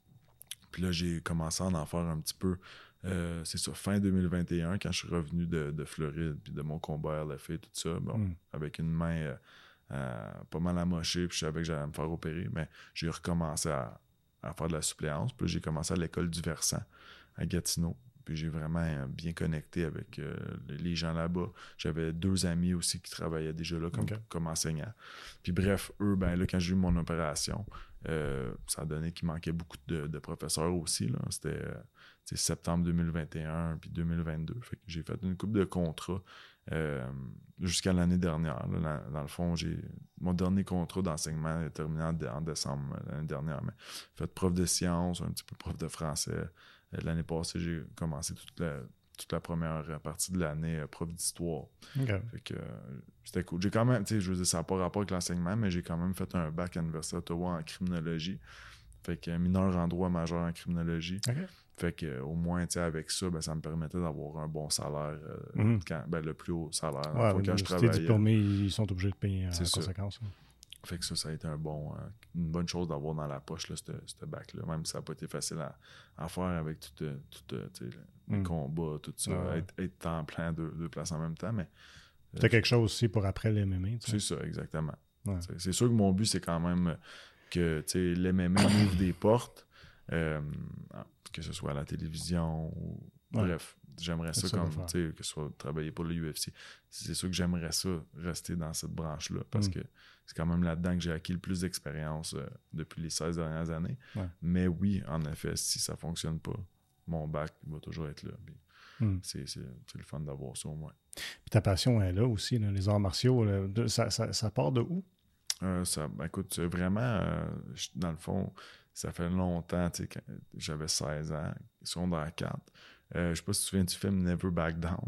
puis là, j'ai commencé à en faire un petit peu. Euh, c'est ça, fin deux mille vingt et un, quand je suis revenu de, de Floride, puis de mon combat à L F A et tout ça, bon, mm. avec une main euh, euh, pas mal amochée, puis je savais que j'allais me faire opérer, mais j'ai recommencé à à faire de la suppléance. Puis j'ai commencé à l'école du Versant à Gatineau. Puis j'ai vraiment bien connecté avec euh, les gens là-bas. J'avais deux amis aussi qui travaillaient déjà là comme, okay. comme enseignants. Puis bref, eux, ben là, quand j'ai eu mon opération, euh, ça a donné qu'il manquait beaucoup de, de professeurs aussi. Là. C'était euh, septembre deux mille vingt et un puis deux mille vingt-deux. Fait que j'ai fait une couple de contrats euh, jusqu'à l'année dernière. Là. Dans, dans le fond, j'ai mon dernier contrat d'enseignement est terminé en, en décembre l'année dernière. Mais j'ai fait prof de sciences, un petit peu prof de français. L'année passée, j'ai commencé toute la, toute la première partie de l'année euh, prof d'histoire. Okay. Fait que euh, c'était cool. J'ai quand même, tu sais, je veux dire, ça n'a pas rapport avec l'enseignement, mais j'ai quand même fait un bac à l'Université d'Ottawa en criminologie. Fait que mineur en droit, majeur en criminologie. Okay. Fait que euh, au moins, tu sais, avec ça, ben, ça me permettait d'avoir un bon salaire, euh, mm-hmm. quand, ben, le plus haut salaire. Ouais, fois, quand si je travaillais. Si t'es diplômé, ils sont obligés de payer en c'est conséquence. Ça. Fait que ça, ça a été un bon, euh, une bonne chose d'avoir dans la poche, là, ce bac-là. Même si ça n'a pas été facile à, à faire avec tout, euh, tout euh, les mm. combats, tout ça. Ouais. Être, être temps plein deux, deux places en même temps. Mais euh, t'as quelque chose aussi pour après l'M M A. C'est ça, exactement. Ouais. C'est, c'est sûr que mon but, c'est quand même que l'M M A ouvre des portes, euh, que ce soit à la télévision ou... Ouais. Bref, j'aimerais ça, ça comme, tu sais, que ce soit travailler pour le U F C. C'est sûr que j'aimerais ça, rester dans cette branche-là, parce mm. que c'est quand même là-dedans que j'ai acquis le plus d'expérience euh, depuis les seize dernières années. Ouais. Mais oui, en effet, si ça ne fonctionne pas, mon bac va toujours être là. Mm. C'est, c'est, c'est le fun d'avoir ça au moins. Puis ta passion est là aussi, là, les arts martiaux, là, de, ça, ça, ça part de où? Euh, ça, ben, écoute, vraiment, euh, dans le fond, ça fait longtemps, tu sais, quand j'avais seize ans, secondaire quatre. Euh, je sais pas si tu te souviens du film Never Back Down.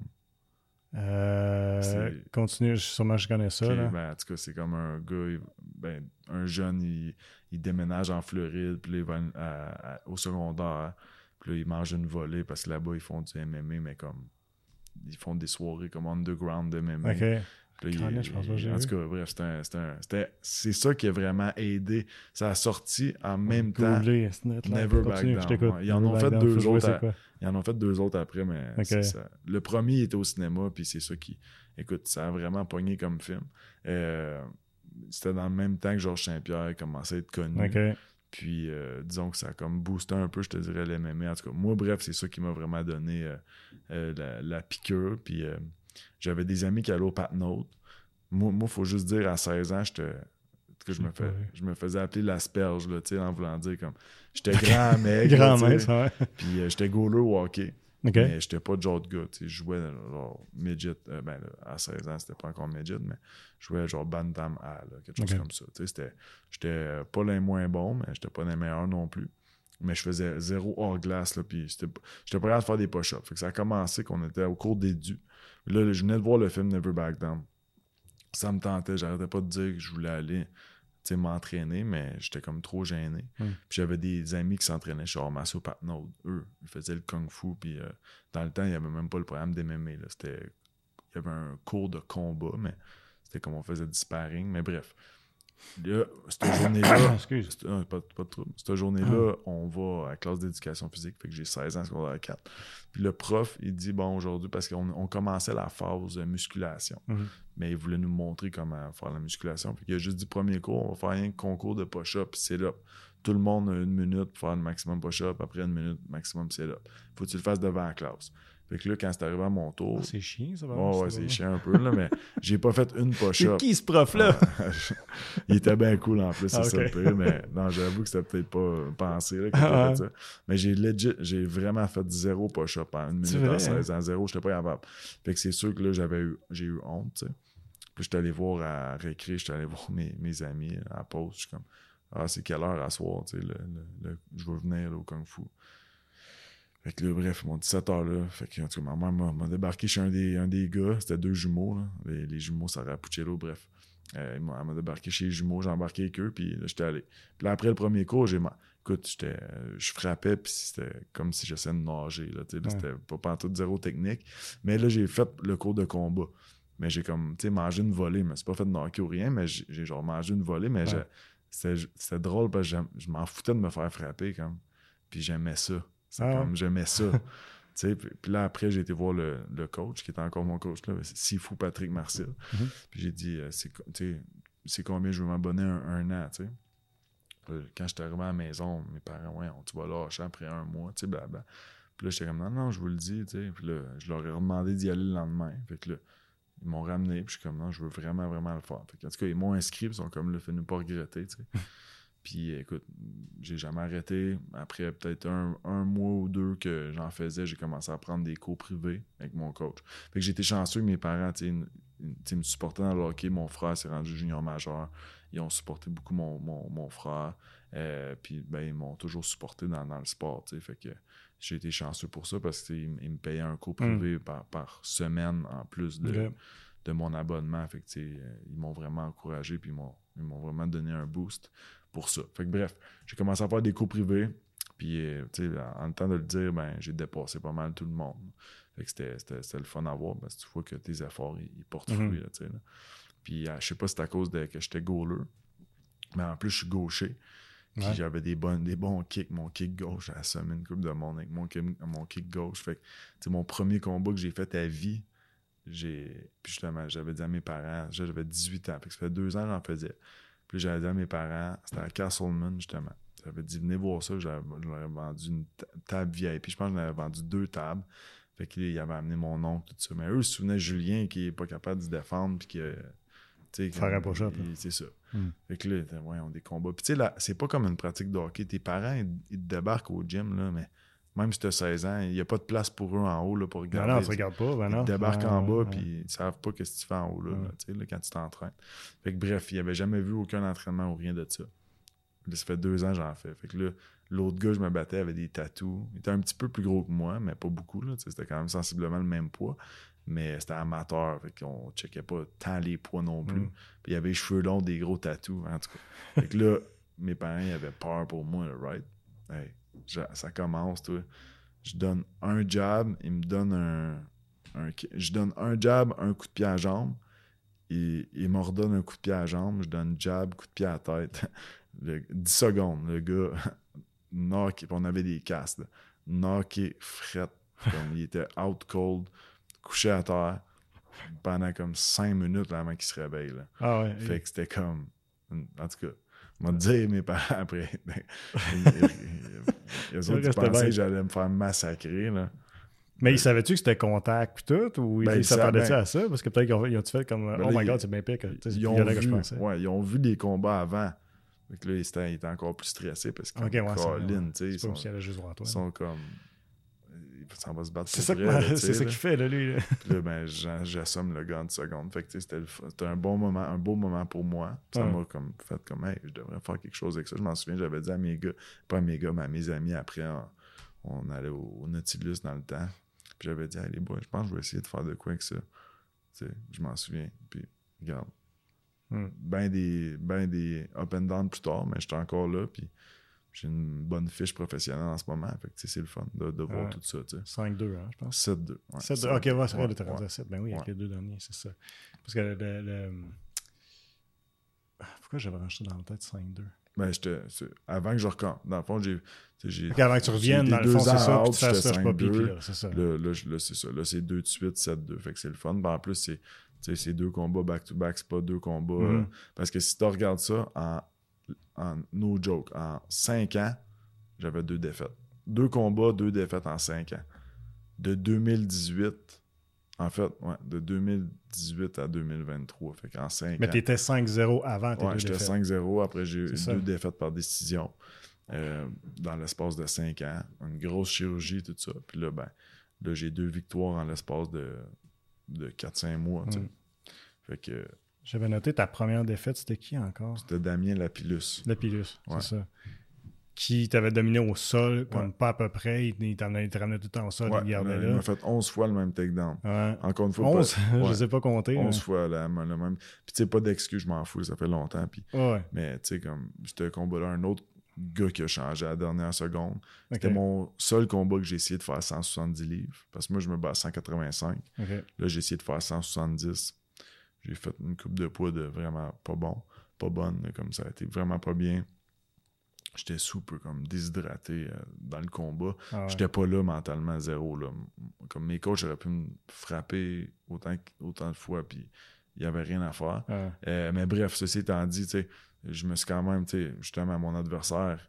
Euh, continue, sûrement je connais ça. Okay, là. Ben, en tout cas, c'est comme un gars, il, ben, un jeune, il, il déménage en Floride, puis là, il va à, à, au secondaire, puis là, il mange une volée parce que là-bas, ils font du M M A, mais comme, ils font des soirées comme underground de M M A. OK. Là, il, Crâne, je pense pas que j'ai en tout cas, bref, c'est, un, c'est, un, c'était, c'est ça qui a vraiment aidé. Ça a sorti en même temps. Googler, net, là, Never Back Down. Ouais, ils en ont fait down, deux autres. À, ils en ont fait deux autres après, mais okay. c'est ça. Le premier était au cinéma, puis c'est ça qui. Écoute, ça a vraiment pogné comme film. Euh, c'était dans le même temps que Georges Saint-Pierre commençait à être connu. Okay. Puis, euh, disons que ça a comme boosté un peu, je te dirais, l'M M A. En tout cas, moi, bref, c'est ça qui m'a vraiment donné euh, euh, la, la piqûre. Puis, euh, j'avais des amis qui allaient au Patnaud. Moi, il faut juste dire, à seize ans, j'étais, que je, me fais, je me faisais appeler l'asperge, là, en voulant dire comme. J'étais grand mec. grand mec, ouais. Puis euh, j'étais goaler au hockey. Okay. Mais j'étais pas de genre de gars. Je jouais genre midget. Euh, ben, là, à seize ans, c'était pas encore midget, mais je jouais genre Bantam A, là, quelque chose okay. comme ça. C'était, j'étais pas les moins bons, mais j'étais pas les meilleurs non plus. Mais je faisais zéro hors glace, là, puis j'étais pas capable de faire des push-ups. Fait que ça a commencé qu'on était au cours d'édu. Là, je venais de voir le film Never Back Down. Ça me tentait, j'arrêtais pas de dire que je voulais aller m'entraîner, mais j'étais comme trop gêné. Mm. Puis j'avais des amis qui s'entraînaient chez Armacio Patnaud. Eux, ils faisaient le kung-fu, puis euh, dans le temps, il n'y avait même pas le programme d'M M A. Là. C'était, il y avait un cours de combat, mais c'était comme on faisait du sparring, mais bref. Là, cette journée-là, Excuse. cette, non, pas, pas de trouble. Cette journée-là, on va à la classe d'éducation physique, fait que j'ai seize ans, secondaire quatre. Puis le prof, il dit, bon, aujourd'hui, parce qu'on on commençait la phase musculation, Mm-hmm. mais il voulait nous montrer comment faire la musculation. Puis il a juste dit, premier cours, on va faire un concours de push-up, sit-up. Tout le monde a une minute pour faire le maximum push-up, après une minute, maximum sit-up. Faut que tu le fasses devant la classe. Fait que là, quand c'est arrivé à mon tour... Ah, c'est chiant, ça va. Oh, ouais, c'est chiant un peu, là, mais j'ai pas fait une push-up. C'est qui, ce prof-là? Il était bien cool, en plus, c'est Ah, ça okay. le pire, mais non, j'avoue que c'était peut-être pas pensé, là, quand j'ai Ah, fait ça. Mais j'ai legit, j'ai vraiment fait zéro push-up en une minute vrai, à seize ans, hein? zéro, j'étais pas capable. Fait que c'est sûr que là, j'avais eu, j'ai eu honte, tu sais. Puis j'étais allé voir à récré, j'étais allé voir mes, mes amis à la pause, je suis comme, ah, c'est quelle heure à soir, tu sais, le, le, le, je veux venir là, au Kung Fu. Fait que là, bref, ils m'ont dit cette heure-là. Fait que, en tout cas, ma mère m'a, m'a débarqué chez un des, un des gars. C'était deux jumeaux, là. Les, les jumeaux, ça Puccello, bref. Euh, elle m'a débarqué chez les jumeaux, j'ai embarqué avec eux, puis là, j'étais allé. Puis là, après le premier cours, j'ai... Écoute, j'étais, je frappais, puis c'était comme si j'essayais de nager, là. Là, ouais. C'était pas pantoute zéro technique. Mais là, j'ai fait le cours de combat. Mais j'ai comme, tu sais, mangé une volée. Mais c'est pas fait de knocker ou rien, mais j'ai, j'ai genre mangé une volée, mais ouais. c'était, c'était drôle, parce que je m'en foutais de me faire frapper, comme. Puis j'aimais ça. C'est ah comme, ouais. J'aimais ça. Puis, puis là, après, j'ai été voir le, le coach, qui était encore mon coach, là, Sifu Patrick Martial. Mm-hmm. Puis j'ai dit, euh, c'est, c'est combien je veux m'abonner un, un an, tu sais. Quand j'étais arrivé à la maison, mes parents, ouais, on, tu vas lâcher après un mois, tu sais, blabla. Puis là, j'étais comme, non, non, je vous le dis, tu sais. Puis là, je leur ai demandé d'y aller le lendemain. Fait que là, ils m'ont ramené, puis je suis comme, non, je veux vraiment, vraiment le faire. Fait que, en tout cas, ils m'ont inscrit, puis ils sont comme, là, fais-nous pas regretter, tu sais. Puis écoute, j'ai jamais arrêté. Après peut-être un, un mois ou deux que j'en faisais, j'ai commencé à prendre des cours privés avec mon coach. Fait que j'ai été chanceux que mes parents me supportaient dans le hockey. Mon frère s'est rendu junior majeur. Ils ont supporté beaucoup mon, mon, mon frère. Euh, puis ben, ils m'ont toujours supporté dans, dans le sport. T'sais. Fait que j'ai été chanceux pour ça parce qu'ils me payaient un cours privé mm. par, par semaine en plus de, okay. de mon abonnement. Fait que, ils m'ont vraiment encouragé puis ils m'ont, ils m'ont vraiment donné un boost pour ça. Fait que bref, j'ai commencé à faire des cours privés, puis euh, tu sais, en, en temps de le dire, ben j'ai dépassé pas mal tout le monde. Fait que c'était, c'était, c'était le fun à voir, parce que tu vois que tes efforts, ils, ils portent fruit, mm-hmm. là, tu sais. Là. Puis euh, je sais pas si c'est à cause de, que j'étais goaler, mais en plus, je suis gaucher. Puis ouais. j'avais des, bonnes, des bons kicks. Mon kick gauche, j'ai assommé une coupe de monde avec mon kick, mon kick gauche. Fait que, tu sais, mon premier combat que j'ai fait à vie, j'ai... Puis justement, j'avais dit à mes parents, j'avais dix-huit ans, fait que ça fait deux ans que j'en faisais. Puis j'avais dit à mes parents, c'était à Castleman, justement. J'avais dit, venez voir ça. Je leur ai vendu une t- table V I P. Je pense que j'en avais vendu deux tables. Fait qu'il avait amené mon oncle, tout ça. Mais eux, ils se souvenaient de Julien qui n'est pas capable de se défendre. Puis que. Faire un push-up. C'est ça. Mm. Fait que là, ouais, on a des combats. Puis tu sais, c'est pas comme une pratique de hockey. Tes parents, ils, ils te débarquent au gym, là, mais même si tu as seize ans, il n'y a pas de place pour eux en haut là, pour regarder. Non, non, ça regarde pas. Ben non. Ils débarquent ouais, en bas, ouais, puis ouais. ils savent pas ce que tu fais en haut là, ouais. là, là, quand tu t'entraînes. Fait que bref, il avait jamais vu aucun entraînement ou rien de ça. Là, ça fait deux ans que j'en fais. Fait que là, l'autre gars, je me battais avec des tatous. Il était un petit peu plus gros que moi, mais pas beaucoup. Là, c'était quand même sensiblement le même poids. Mais c'était amateur. Fait qu'on checkait pas tant les poids non plus. Mm. Puis il avait les cheveux longs, des gros tatous, en tout cas. Fait que là, mes parents ils avaient peur pour moi, là, right? Hey, ça commence, toi. Je donne un jab, il me donne un, un... Je donne un jab, un coup de pied à la jambe. Il, il me redonne un coup de pied à la jambe. Je donne jab, coup de pied à la tête. Le, dix secondes, le gars, knocké, on avait des casques, knocké, fret, comme il était out cold, couché à terre, pendant comme cinq minutes là, avant qu'il se réveille. Là. Ah ouais, fait oui. que c'était comme, en tout cas, on m'a dit mes parents après, ils ont pensé que j'allais me faire massacrer, là. Mais ils savaient-tu que c'était contact et tout, ou ben, ils s'attendaient-tu ben, à ça? Parce que peut-être qu'ils ont, ils ont fait comme, ben, oh my god, c'est bien pire que, ils ont vu, que je pensais. Ouais, ils ont vu des combats avant. Donc là, il était encore plus stressé parce que okay, ouais, Colin, tu sais, ils, sont, juste droit, toi, ils sont comme... Ça va se battre c'est pour ça, vrai, c'est ça qu'il fait, là, lui. Là. Puis là, ben, j'assomme le gars en une seconde. Fait que, tu sais, c'était, c'était un bon moment, un beau moment pour moi. Ça ouais. m'a comme fait comme, hey, je devrais faire quelque chose avec ça. Je m'en souviens, j'avais dit à mes gars, pas à mes gars, mais à mes amis, après, on, on allait au, au Nautilus dans le temps. Puis j'avais dit, hey, les boys, je pense que je vais essayer de faire de quoi avec ça. Tu sais, je m'en souviens. Puis, regarde. Hmm. Ben des, ben des up and down plus tard, mais j'étais encore là, puis j'ai une bonne fiche professionnelle en ce moment. Fait que c'est le fun de, de voir ouais. tout ça. T'sais. cinq deux, hein, je pense. sept deux. Ouais, sept deux. Ok, ouais, c'est vrai, ouais, t'es rendu à sept. Ben oui, avec ouais. les deux derniers, c'est ça. Parce que le, le, Pourquoi j'avais rangé dans la tête cinq deux? Ben, j'étais, avant que je recommence. Dans le fond, j'ai. j'ai okay, avant que tu reviennes, dans le fond, c'est ça, puis tu fasses rush pas pipi, là, c'est ça. Là, là, là c'est ça. Là, c'est deux de suite, sept deux. Fait que c'est le fun. Ben, en plus, c'est, c'est deux combats back-to-back, c'est pas deux combats. Mm-hmm. Euh, parce que si tu regardes ça, en, en no joke, en cinq ans, j'avais deux défaites. Deux combats, deux défaites en cinq ans. De deux mille dix-huit, en fait, ouais, de deux mille dix-huit à deux mille vingt-trois. Fait qu'en cinq Mais ans. Mais t'étais cinq zéro avant tes ouais, deux j'étais défaites. cinq zéro. Après, j'ai eu c'est deux ça. défaites par décision euh, dans l'espace de cinq ans. Une grosse chirurgie, tout ça. Puis là, ben, là j'ai deux victoires en l'espace de, de quatre cinq mois. Mm. Fait que. J'avais noté ta première défaite, c'était qui encore? C'était Damien Lapillus. Lapillus, ouais. c'est ça. Qui t'avait dominé au sol, comme ouais. pas à peu près. Il t'en ramenait tout le temps au sol, ouais, il gardait là. là. Il m'a fait onze fois le même takedown. Ouais. Encore une fois, onze, pas, je ouais, ne sais pas compter. onze mais... fois la, le même. Puis tu sais, pas d'excuse, je m'en fous, ça fait longtemps. Puis, ouais. Mais tu sais, comme, c'était combat-là, un autre gars qui a changé à la dernière seconde. C'était okay. mon seul combat que j'ai essayé de faire cent soixante-dix livres. Parce que moi, je me bats à cent quatre-vingt-cinq. Okay. Là, j'ai essayé de faire cent soixante-dix. J'ai fait une coupe de poids de vraiment pas bon. Pas bonne, comme ça a été vraiment pas bien. J'étais super comme déshydraté euh, dans le combat. Ah ouais. J'étais pas là mentalement zéro. Là. Comme mes coachs auraient pu me frapper autant, autant de fois, puis il n'y avait rien à faire. Ah ouais. Euh, mais bref, ceci étant dit, je me suis quand même, justement, à mon adversaire,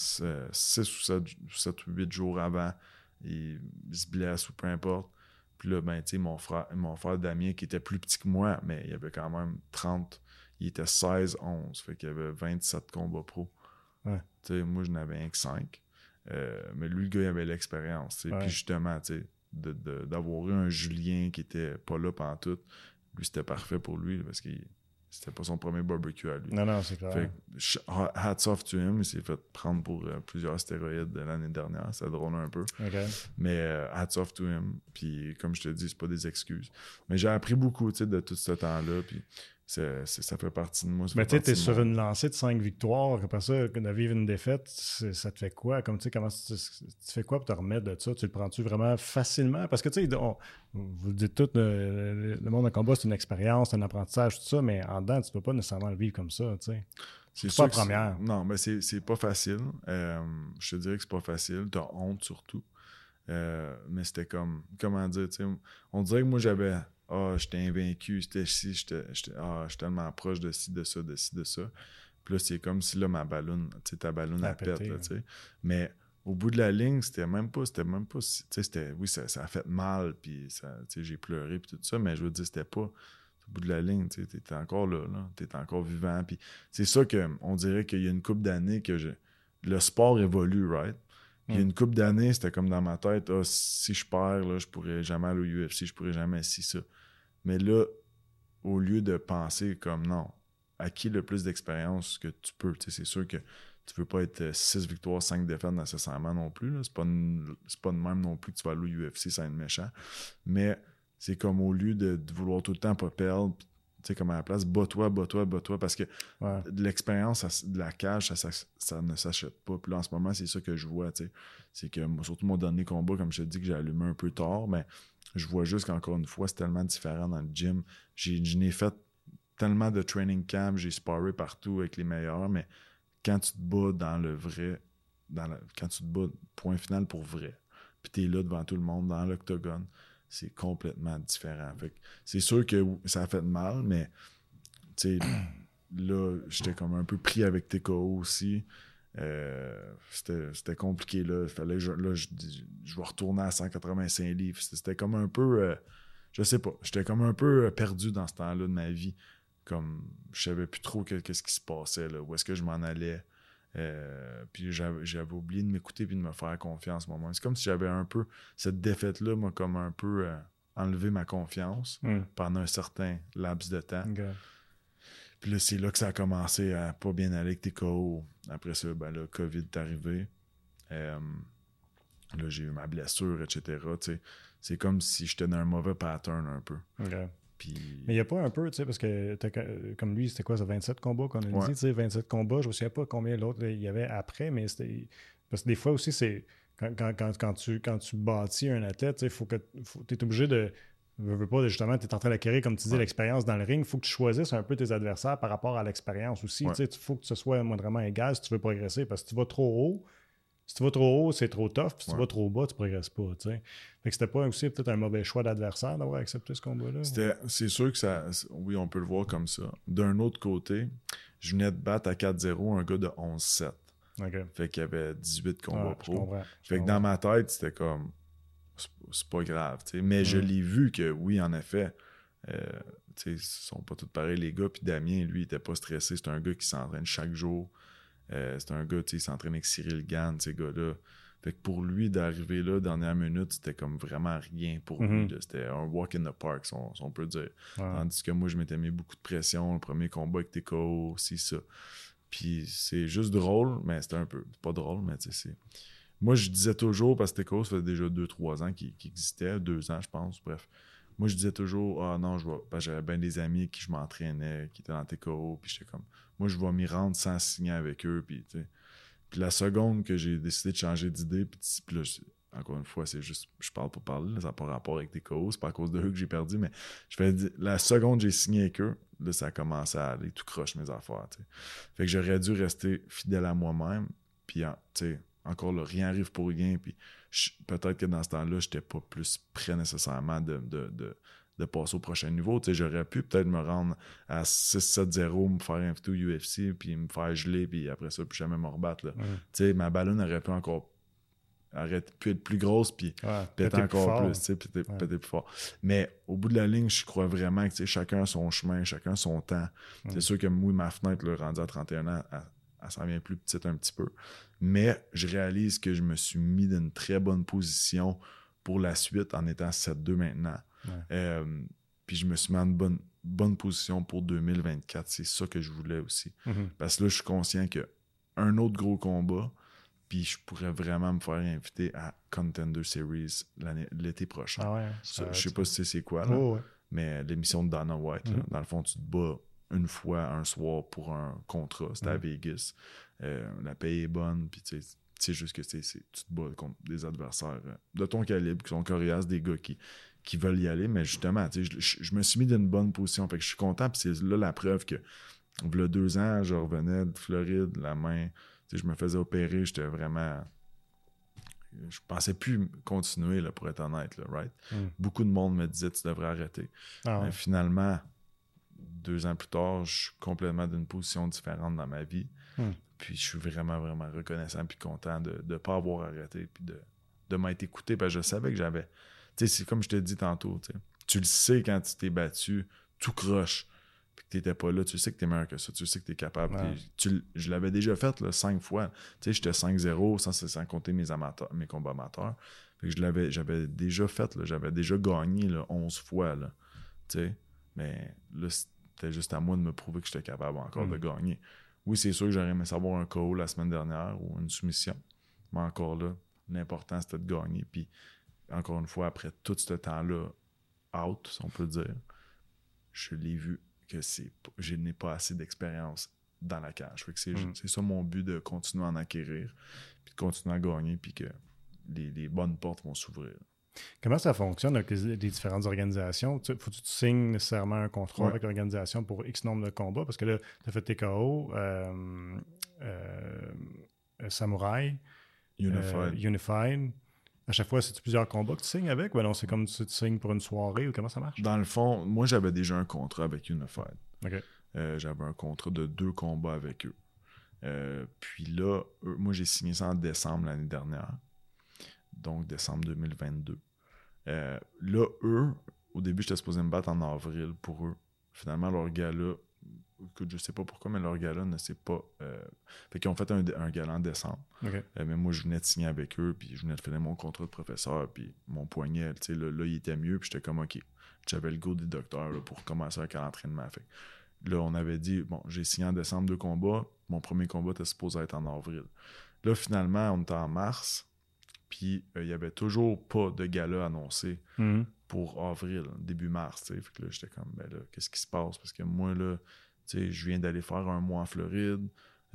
six ou sept ou huit jours avant, il, il se blesse ou peu importe. Puis là, ben, mon frère, mon frère Damien, qui était plus petit que moi, mais il avait quand même trente, il était seize onze, fait qu'il y avait vingt-sept combats pro. Ouais. Moi, je n'avais rien que cinq. Euh, mais lui, le gars, il avait l'expérience. Ouais. Puis justement, de, de, d'avoir eu un Julien qui était pas là pantoute, lui, c'était parfait pour lui parce que c'était pas son premier barbecue à lui. Non, non, c'est clair. Fait que, hats off to him, il s'est fait prendre pour euh, plusieurs stéroïdes de l'année dernière. Ça drôle un peu. Okay. Mais euh, hats off to him. Puis comme je te dis, c'est pas des excuses. Mais j'ai appris beaucoup de tout ce temps-là. Puis C'est, c'est, ça fait partie de moi. Mais tu sais, t'es sur une lancée de cinq victoires. Après ça, de vivre une défaite, ça te fait quoi? Comme tu sais, comment tu, tu fais quoi pour te remettre de ça? Tu le prends-tu vraiment facilement? Parce que tu sais, vous le dites tout, le, le monde en combat, c'est une expérience, c'est un apprentissage, tout ça, mais en dedans, tu peux pas nécessairement le vivre comme ça, tu sais. C'est, c'est pas la première. C'est, non, mais c'est, c'est pas facile. Euh, je te dirais que c'est pas facile. T'as honte surtout. Euh, mais c'était comme, comment dire, tu sais, on dirait que moi, j'avais... Ah, oh, j'étais invaincu, j'étais ci, j'étais, j'étais, ah, j'étais tellement proche de ci, de ça, de ci, de ça. Puis là, c'est comme si là, ma ballonne, tu sais, ta ballonne à pète, là, tu sais. Mais au bout de la ligne, c'était même pas, c'était même pas, tu sais, c'était, oui, ça, ça a fait mal, puis ça, tu sais, j'ai pleuré, puis tout ça, mais je veux dire, c'était pas, au bout de la ligne, tu sais, t'étais encore là, là, t'étais encore vivant, puis c'est ça qu'on dirait qu'il y a une couple d'années que je, le sport évolue, right? Puis il y a une couple d'années, c'était comme dans ma tête, ah, si je perds, là, je pourrais jamais aller au U F C, je pourrais jamais si ça. Mais là, au lieu de penser comme non, acquis le plus d'expérience que tu peux, tu sais, c'est sûr que tu veux pas être six victoires, cinq défaites nécessairement non plus. Là. C'est pas, une, c'est pas de même non plus que tu vas aller au U F C sans être méchant. Mais c'est comme au lieu de, de vouloir tout le temps pas perdre, tu sais, comme à la place, bats-toi, bats-toi, bats-toi, parce que ouais. de l'expérience ça, de la cage, ça, ça, ça ne s'achète pas. Puis là, en ce moment, c'est ça que je vois, tu sais. C'est que, surtout mon dernier combat, comme je te dis, que j'ai allumé un peu tard, mais je vois juste qu'encore une fois, c'est tellement différent dans le gym. J'ai, je n'ai fait tellement de training camp, j'ai sparé partout avec les meilleurs, mais quand tu te bats dans le vrai, dans la, quand tu te bats point final pour vrai, puis tu es là devant tout le monde, dans l'octogone, c'est complètement différent. Fait que c'est sûr que ça a fait mal, mais tu sais, là, j'étais comme un peu pris avec T K O aussi. Euh, c'était, c'était compliqué là. Il fallait je, là, je, je vais retourner à cent quatre-vingt-cinq livres. C'était comme un peu euh, je sais pas, j'étais comme un peu perdu dans ce temps-là de ma vie. Comme je savais plus trop que, qu'est-ce qui se passait là, où est-ce que je m'en allais. Euh, puis j'avais, j'avais oublié de m'écouter et de me faire confiance moi-même. C'est comme si j'avais un peu cette défaite-là m'a comme un peu euh, enlevé ma confiance mm. pendant un certain laps de temps. Okay. Puis là, c'est là que ça a commencé à pas bien aller avec T K O. Après ça, ben là, COVID est arrivé. Euh, là, j'ai eu ma blessure, et cetera. T'sais. C'est comme si j'étais dans un mauvais pattern un peu. Okay. Puis... Mais il n'y a pas un peu, tu sais, parce que comme lui, c'était quoi, ça vingt-sept combats qu'on a ouais. dit, tu sais, vingt-sept combats. Je ne me souviens pas combien l'autre il y avait après, mais c'était... Parce que des fois aussi, c'est... Quand, quand, quand, quand, tu, quand tu bâtis un athlète, il faut que tu es obligé de... veux, veux pas, justement, tu es en train d'acquérir, comme tu dis, ouais. l'expérience dans le ring. Il faut que tu choisisses un peu tes adversaires par rapport à l'expérience aussi. Ouais. Il faut que ce soit moindrement égal si tu veux progresser. Parce que si tu vas trop haut, si tu vas trop haut, c'est trop tough. Puis si ouais. tu vas trop bas, tu ne progresses pas. T'sais. Fait que c'était pas aussi peut-être un mauvais choix d'adversaire d'avoir accepté ce combat-là. C'était, c'est sûr que ça. Oui, on peut le voir comme ça. D'un autre côté, je venais de battre à quatre zéro un gars de onze sept. Okay. Fait qu'il y avait dix-huit combats ah, pro. Je comprends, je fait que comprends. dans ma tête, c'était comme. C'est, c'est pas grave. T'sais. Mais mm. je l'ai vu que, oui, en effet, euh, ils sont pas tous pareils, les gars. Puis Damien, lui, il était pas stressé. C'est un gars qui s'entraîne chaque jour. Euh, c'est un gars, tu sais, il s'entraîne avec Cyril Gann, ces gars-là. Fait que pour lui, d'arriver là, dernière minute, c'était comme vraiment rien pour mm-hmm. lui. Là. C'était un walk in the park, si on, si on peut dire. Ouais. Tandis que moi, je m'étais mis beaucoup de pression. Le premier combat avec T K O, aussi ça. Puis c'est juste drôle, mais c'était un peu... C'est pas drôle, mais tu sais, c'est... Moi, je disais toujours, parce que T K O, ça fait déjà deux trois ans qu'il, qu'il existait. deux ans, je pense, bref. Moi, je disais toujours, ah non, je vais... Parce que j'avais bien des amis qui je m'entraînais, qui étaient dans T K O, puis j'étais comme... Moi, je vais m'y rendre sans signer avec eux, puis tu sais... Puis la seconde que j'ai décidé de changer d'idée, puis, puis là, je, encore une fois, c'est juste, je parle pour parler, là, ça n'a pas rapport avec T K O, c'est pas à cause de eux que j'ai perdu, mais je fais, la seconde que j'ai signé avec eux, là, ça a commencé à aller tout croche mes affaires, tu sais. Fait que j'aurais dû rester fidèle à moi-même, puis, tu sais, encore là, rien arrive pour rien, puis je, peut-être que dans ce temps-là, j'étais pas plus prêt nécessairement de, de, de, de passer au prochain niveau. Tu sais, j'aurais pu peut-être me rendre à six sept zéro, me faire inviter au U F C, puis me faire geler, puis après ça, puis jamais me rebattre. Là. Mm. Tu sais, ma ballonne aurait pu encore aurait pu être plus grosse, puis ouais, peut-être encore plus, tu sais, puis peut-être ouais. plus fort. Mais au bout de la ligne, je crois vraiment que tu sais, chacun a son chemin, chacun a son temps. Mm. C'est sûr que moi, ma fenêtre, là, rendue à trente et un ans, elle, elle s'en vient plus petite un petit peu. Mais je réalise que je me suis mis dans une très bonne position pour la suite en étant sept deux maintenant. Ouais. Euh, puis je me suis mis en une bonne, bonne position pour deux mille vingt-quatre. C'est ça que je voulais aussi. Mm-hmm. Parce que là, je suis conscient qu'un autre gros combat, puis je pourrais vraiment me faire inviter à Contender Series l'année, l'été prochain. Ah ouais, ça, je sais pas si c'est quoi, là, oh, ouais. mais l'émission de Dana White, mm-hmm. là, dans le fond, tu te bats une fois, un soir, pour un contrat. C'était mm-hmm. à Vegas. Euh, la paye est bonne, puis tu sais, c'est juste que c'est, c'est, tu te bats contre des adversaires de ton calibre, qui sont coriaces, des gars qui, qui veulent y aller, mais justement, tu sais, je, je, je me suis mis dans une bonne position, fait que je suis content, puis c'est là la preuve que, il y a deux ans, je revenais de Floride, la main, tu sais, je me faisais opérer, j'étais vraiment... Je pensais plus continuer, là, pour être honnête, là, right? Mm. Beaucoup de monde me disait, tu devrais arrêter. Ah ouais. Mais finalement, deux ans plus tard, je suis complètement d'une position différente dans ma vie. Mm. Puis je suis vraiment, vraiment reconnaissant puis content de ne pas avoir arrêté puis de, de m'être écouté. Parce que je savais que j'avais... Tu sais, c'est comme je te dis tantôt, tu sais. Tu le sais quand tu t'es battu, tout croche, puis que tu n'étais pas là. Tu sais que tu es meilleur que ça. Tu sais que tu es capable. Ouais. Tu, je l'avais déjà fait là, cinq fois. Tu sais, j'étais cinq zéro sans, sans compter mes, amateurs, mes combats amateurs. Fait que je l'avais, j'avais déjà fait. Là, j'avais déjà gagné là, onze fois. Là, tu sais. Mais là, c'était juste à moi de me prouver que j'étais capable encore mm. de gagner. Oui, c'est sûr que j'aurais aimé savoir un K O la semaine dernière ou une soumission. Mais encore là, l'important, c'était de gagner. Puis, encore une fois, après tout ce temps-là, out, si on peut dire, je l'ai vu que c'est, je n'ai pas assez d'expérience dans la cage. Fait que c'est, mm. c'est ça mon but, de continuer à en acquérir, puis de continuer à gagner, puis que les, les bonnes portes vont s'ouvrir. Comment ça fonctionne avec les, les différentes organisations? Faut que tu signes nécessairement un contrat ouais. avec l'organisation pour X nombre de combats? Parce que là, tu as fait T K O, euh, euh, Samouraï, Unified. Euh, Unified. À chaque fois, c'est-tu plusieurs combats que tu signes avec? Ou non, c'est comme tu, tu signes pour une soirée ou comment ça marche? Dans le fond, moi, j'avais déjà un contrat avec Unified. Okay. Euh, j'avais un contrat de deux combats avec eux. Euh, puis là, eux, moi, j'ai signé ça en décembre l'année dernière. Donc, décembre deux mille vingt-deux. Euh, là, eux, au début, j'étais supposé me battre en avril pour eux. Finalement, leur gala, écoute, je sais pas pourquoi, mais leur gala ne s'est pas... Euh... Fait qu'ils ont fait un, un gala en décembre. Okay. Euh, mais moi, je venais de signer avec eux, puis je venais de finir mon contrat de professeur, puis mon poignet, tu sais, là, là, il était mieux, puis j'étais comme, OK, j'avais le go des docteurs là, pour commencer avec l'entraînement. Fait là, on avait dit, bon, j'ai signé en décembre deux combats, mon premier combat était supposé être en avril. Là, finalement, on était en mars, puis il euh, n'y avait toujours pas de gala annoncé mm-hmm. pour avril, début mars. T'sais. Fait que là, j'étais comme, ben là, qu'est-ce qui se passe? Parce que moi, là, tu sais, je viens d'aller faire un mois en Floride.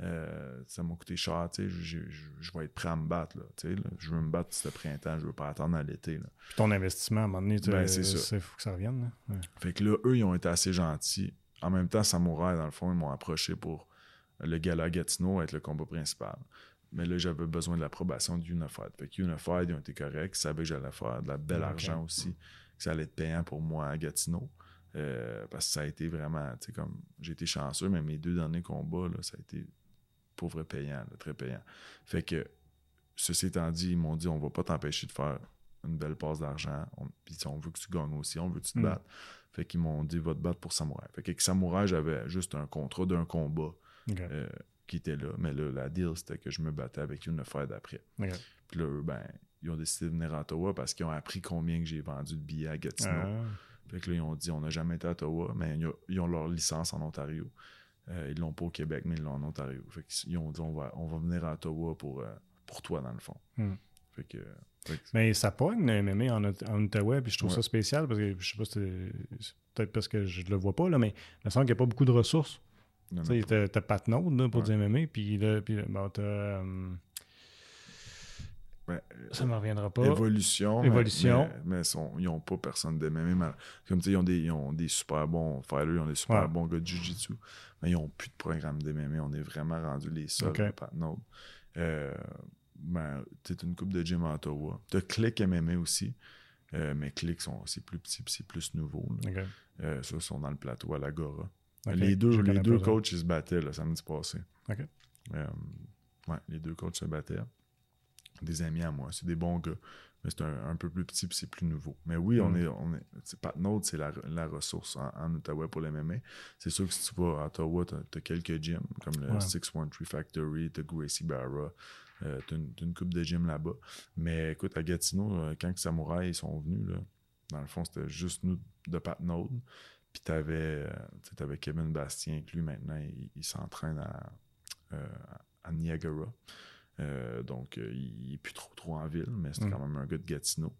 Euh, ça m'a coûté cher, tu sais, je, je, je vais être prêt à me battre, là, tu sais, là. Je veux me battre ce printemps, je veux pas attendre à l'été, là. Puis ton investissement, à un moment donné, Ben, c'est ça. Il faut que ça revienne, là. Ouais. Fait que là, eux, ils ont été assez gentils. En même temps, Samouraï, dans le fond, ils m'ont approché pour le gala Gatineau être le combat principal. Mais là, j'avais besoin de l'approbation de Unified. Fait que Unified, ils ont été corrects. Ils savaient que j'allais faire de la belle okay. argent aussi. Que ça allait être payant pour moi à Gatineau. Euh, parce que ça a été vraiment, tu sais, comme, j'ai été chanceux, mais mes deux derniers combats, là, ça a été pour vrai payant, là, très payant. Fait que, ceci étant dit, ils m'ont dit, on va pas t'empêcher de faire une belle passe d'argent. On, puis on veut que tu gagnes aussi, on veut que tu te mm. battes. Fait qu'ils m'ont dit, va te battre pour Samouraï. Fait qu'avec Samouraï, j'avais juste un contrat d'un combat okay. euh, qui était là. Mais là, la deal, c'était que je me battais avec Unified après. Okay. Puis là, eux, ben, ils ont décidé de venir à Ottawa parce qu'ils ont appris combien que j'ai vendu de billets à Gatineau. Ah. Fait que là, ils ont dit, on n'a jamais été à Ottawa, mais ils ont leur licence en Ontario. Euh, ils l'ont pas au Québec, mais ils l'ont en Ontario. Fait qu'ils ont dit, on va, on va venir à Ottawa pour, euh, pour toi, dans le fond. Mm. Fait que... Fait que... Mais ça pogne le M M A en, en Ottawa, puis je trouve ouais. ça spécial, parce que je sais pas si c'est peut-être parce que je le vois pas, là, mais il me semble qu'il n'y a pas beaucoup de ressources. Tu sais, t'as, t'as Pat Node là, pour ouais. du M M A, puis là, puis, bon, t'as... Um... Ben, ça ne me reviendra pas. Évolution. Évolution. Mais, mais, mais sont, ils n'ont pas personne de M M A. Comme tu sais, ils ont des, ils ont des super bons fighters, ils ont des super ouais. bons gars de Jiu-Jitsu, mais ils n'ont plus de programme de M M A. On est vraiment rendu les seuls, okay. Pat Node. Euh, ben, tu sais, une coupe de gym à Ottawa. Tu as Click M M A aussi, euh, mais Click, sont, c'est plus petit c'est plus nouveau. Okay. Euh, ça, ils sont dans le plateau à l'Agora. Okay. Les deux, les deux coachs, ils se battaient là, samedi passé. Okay. Euh, ouais, les deux coachs se battaient. Des amis à moi, c'est des bons gars. Mais c'est un, un peu plus petit puis c'est plus nouveau. Mais oui, mm. on est. On est Pat Node, c'est la, la ressource en, en Ottawa pour le M M A. C'est sûr que si tu vas à Ottawa, tu as quelques gyms, comme le ouais. six one three Factory, tu as Gracie Barra. Euh, t'as une, une coupe de gym là-bas. Mais écoute, à Gatineau, euh, quand Samouraï ils sont venus, là, dans le fond, c'était juste nous de Pat Node. Puis t'avais, euh, t'avais Kevin Bastien, que lui, maintenant, il, il s'entraîne à, euh, à Niagara. Euh, donc, euh, il n'est plus trop trop en ville, mais c'était mm. quand même un gars de Gatineau.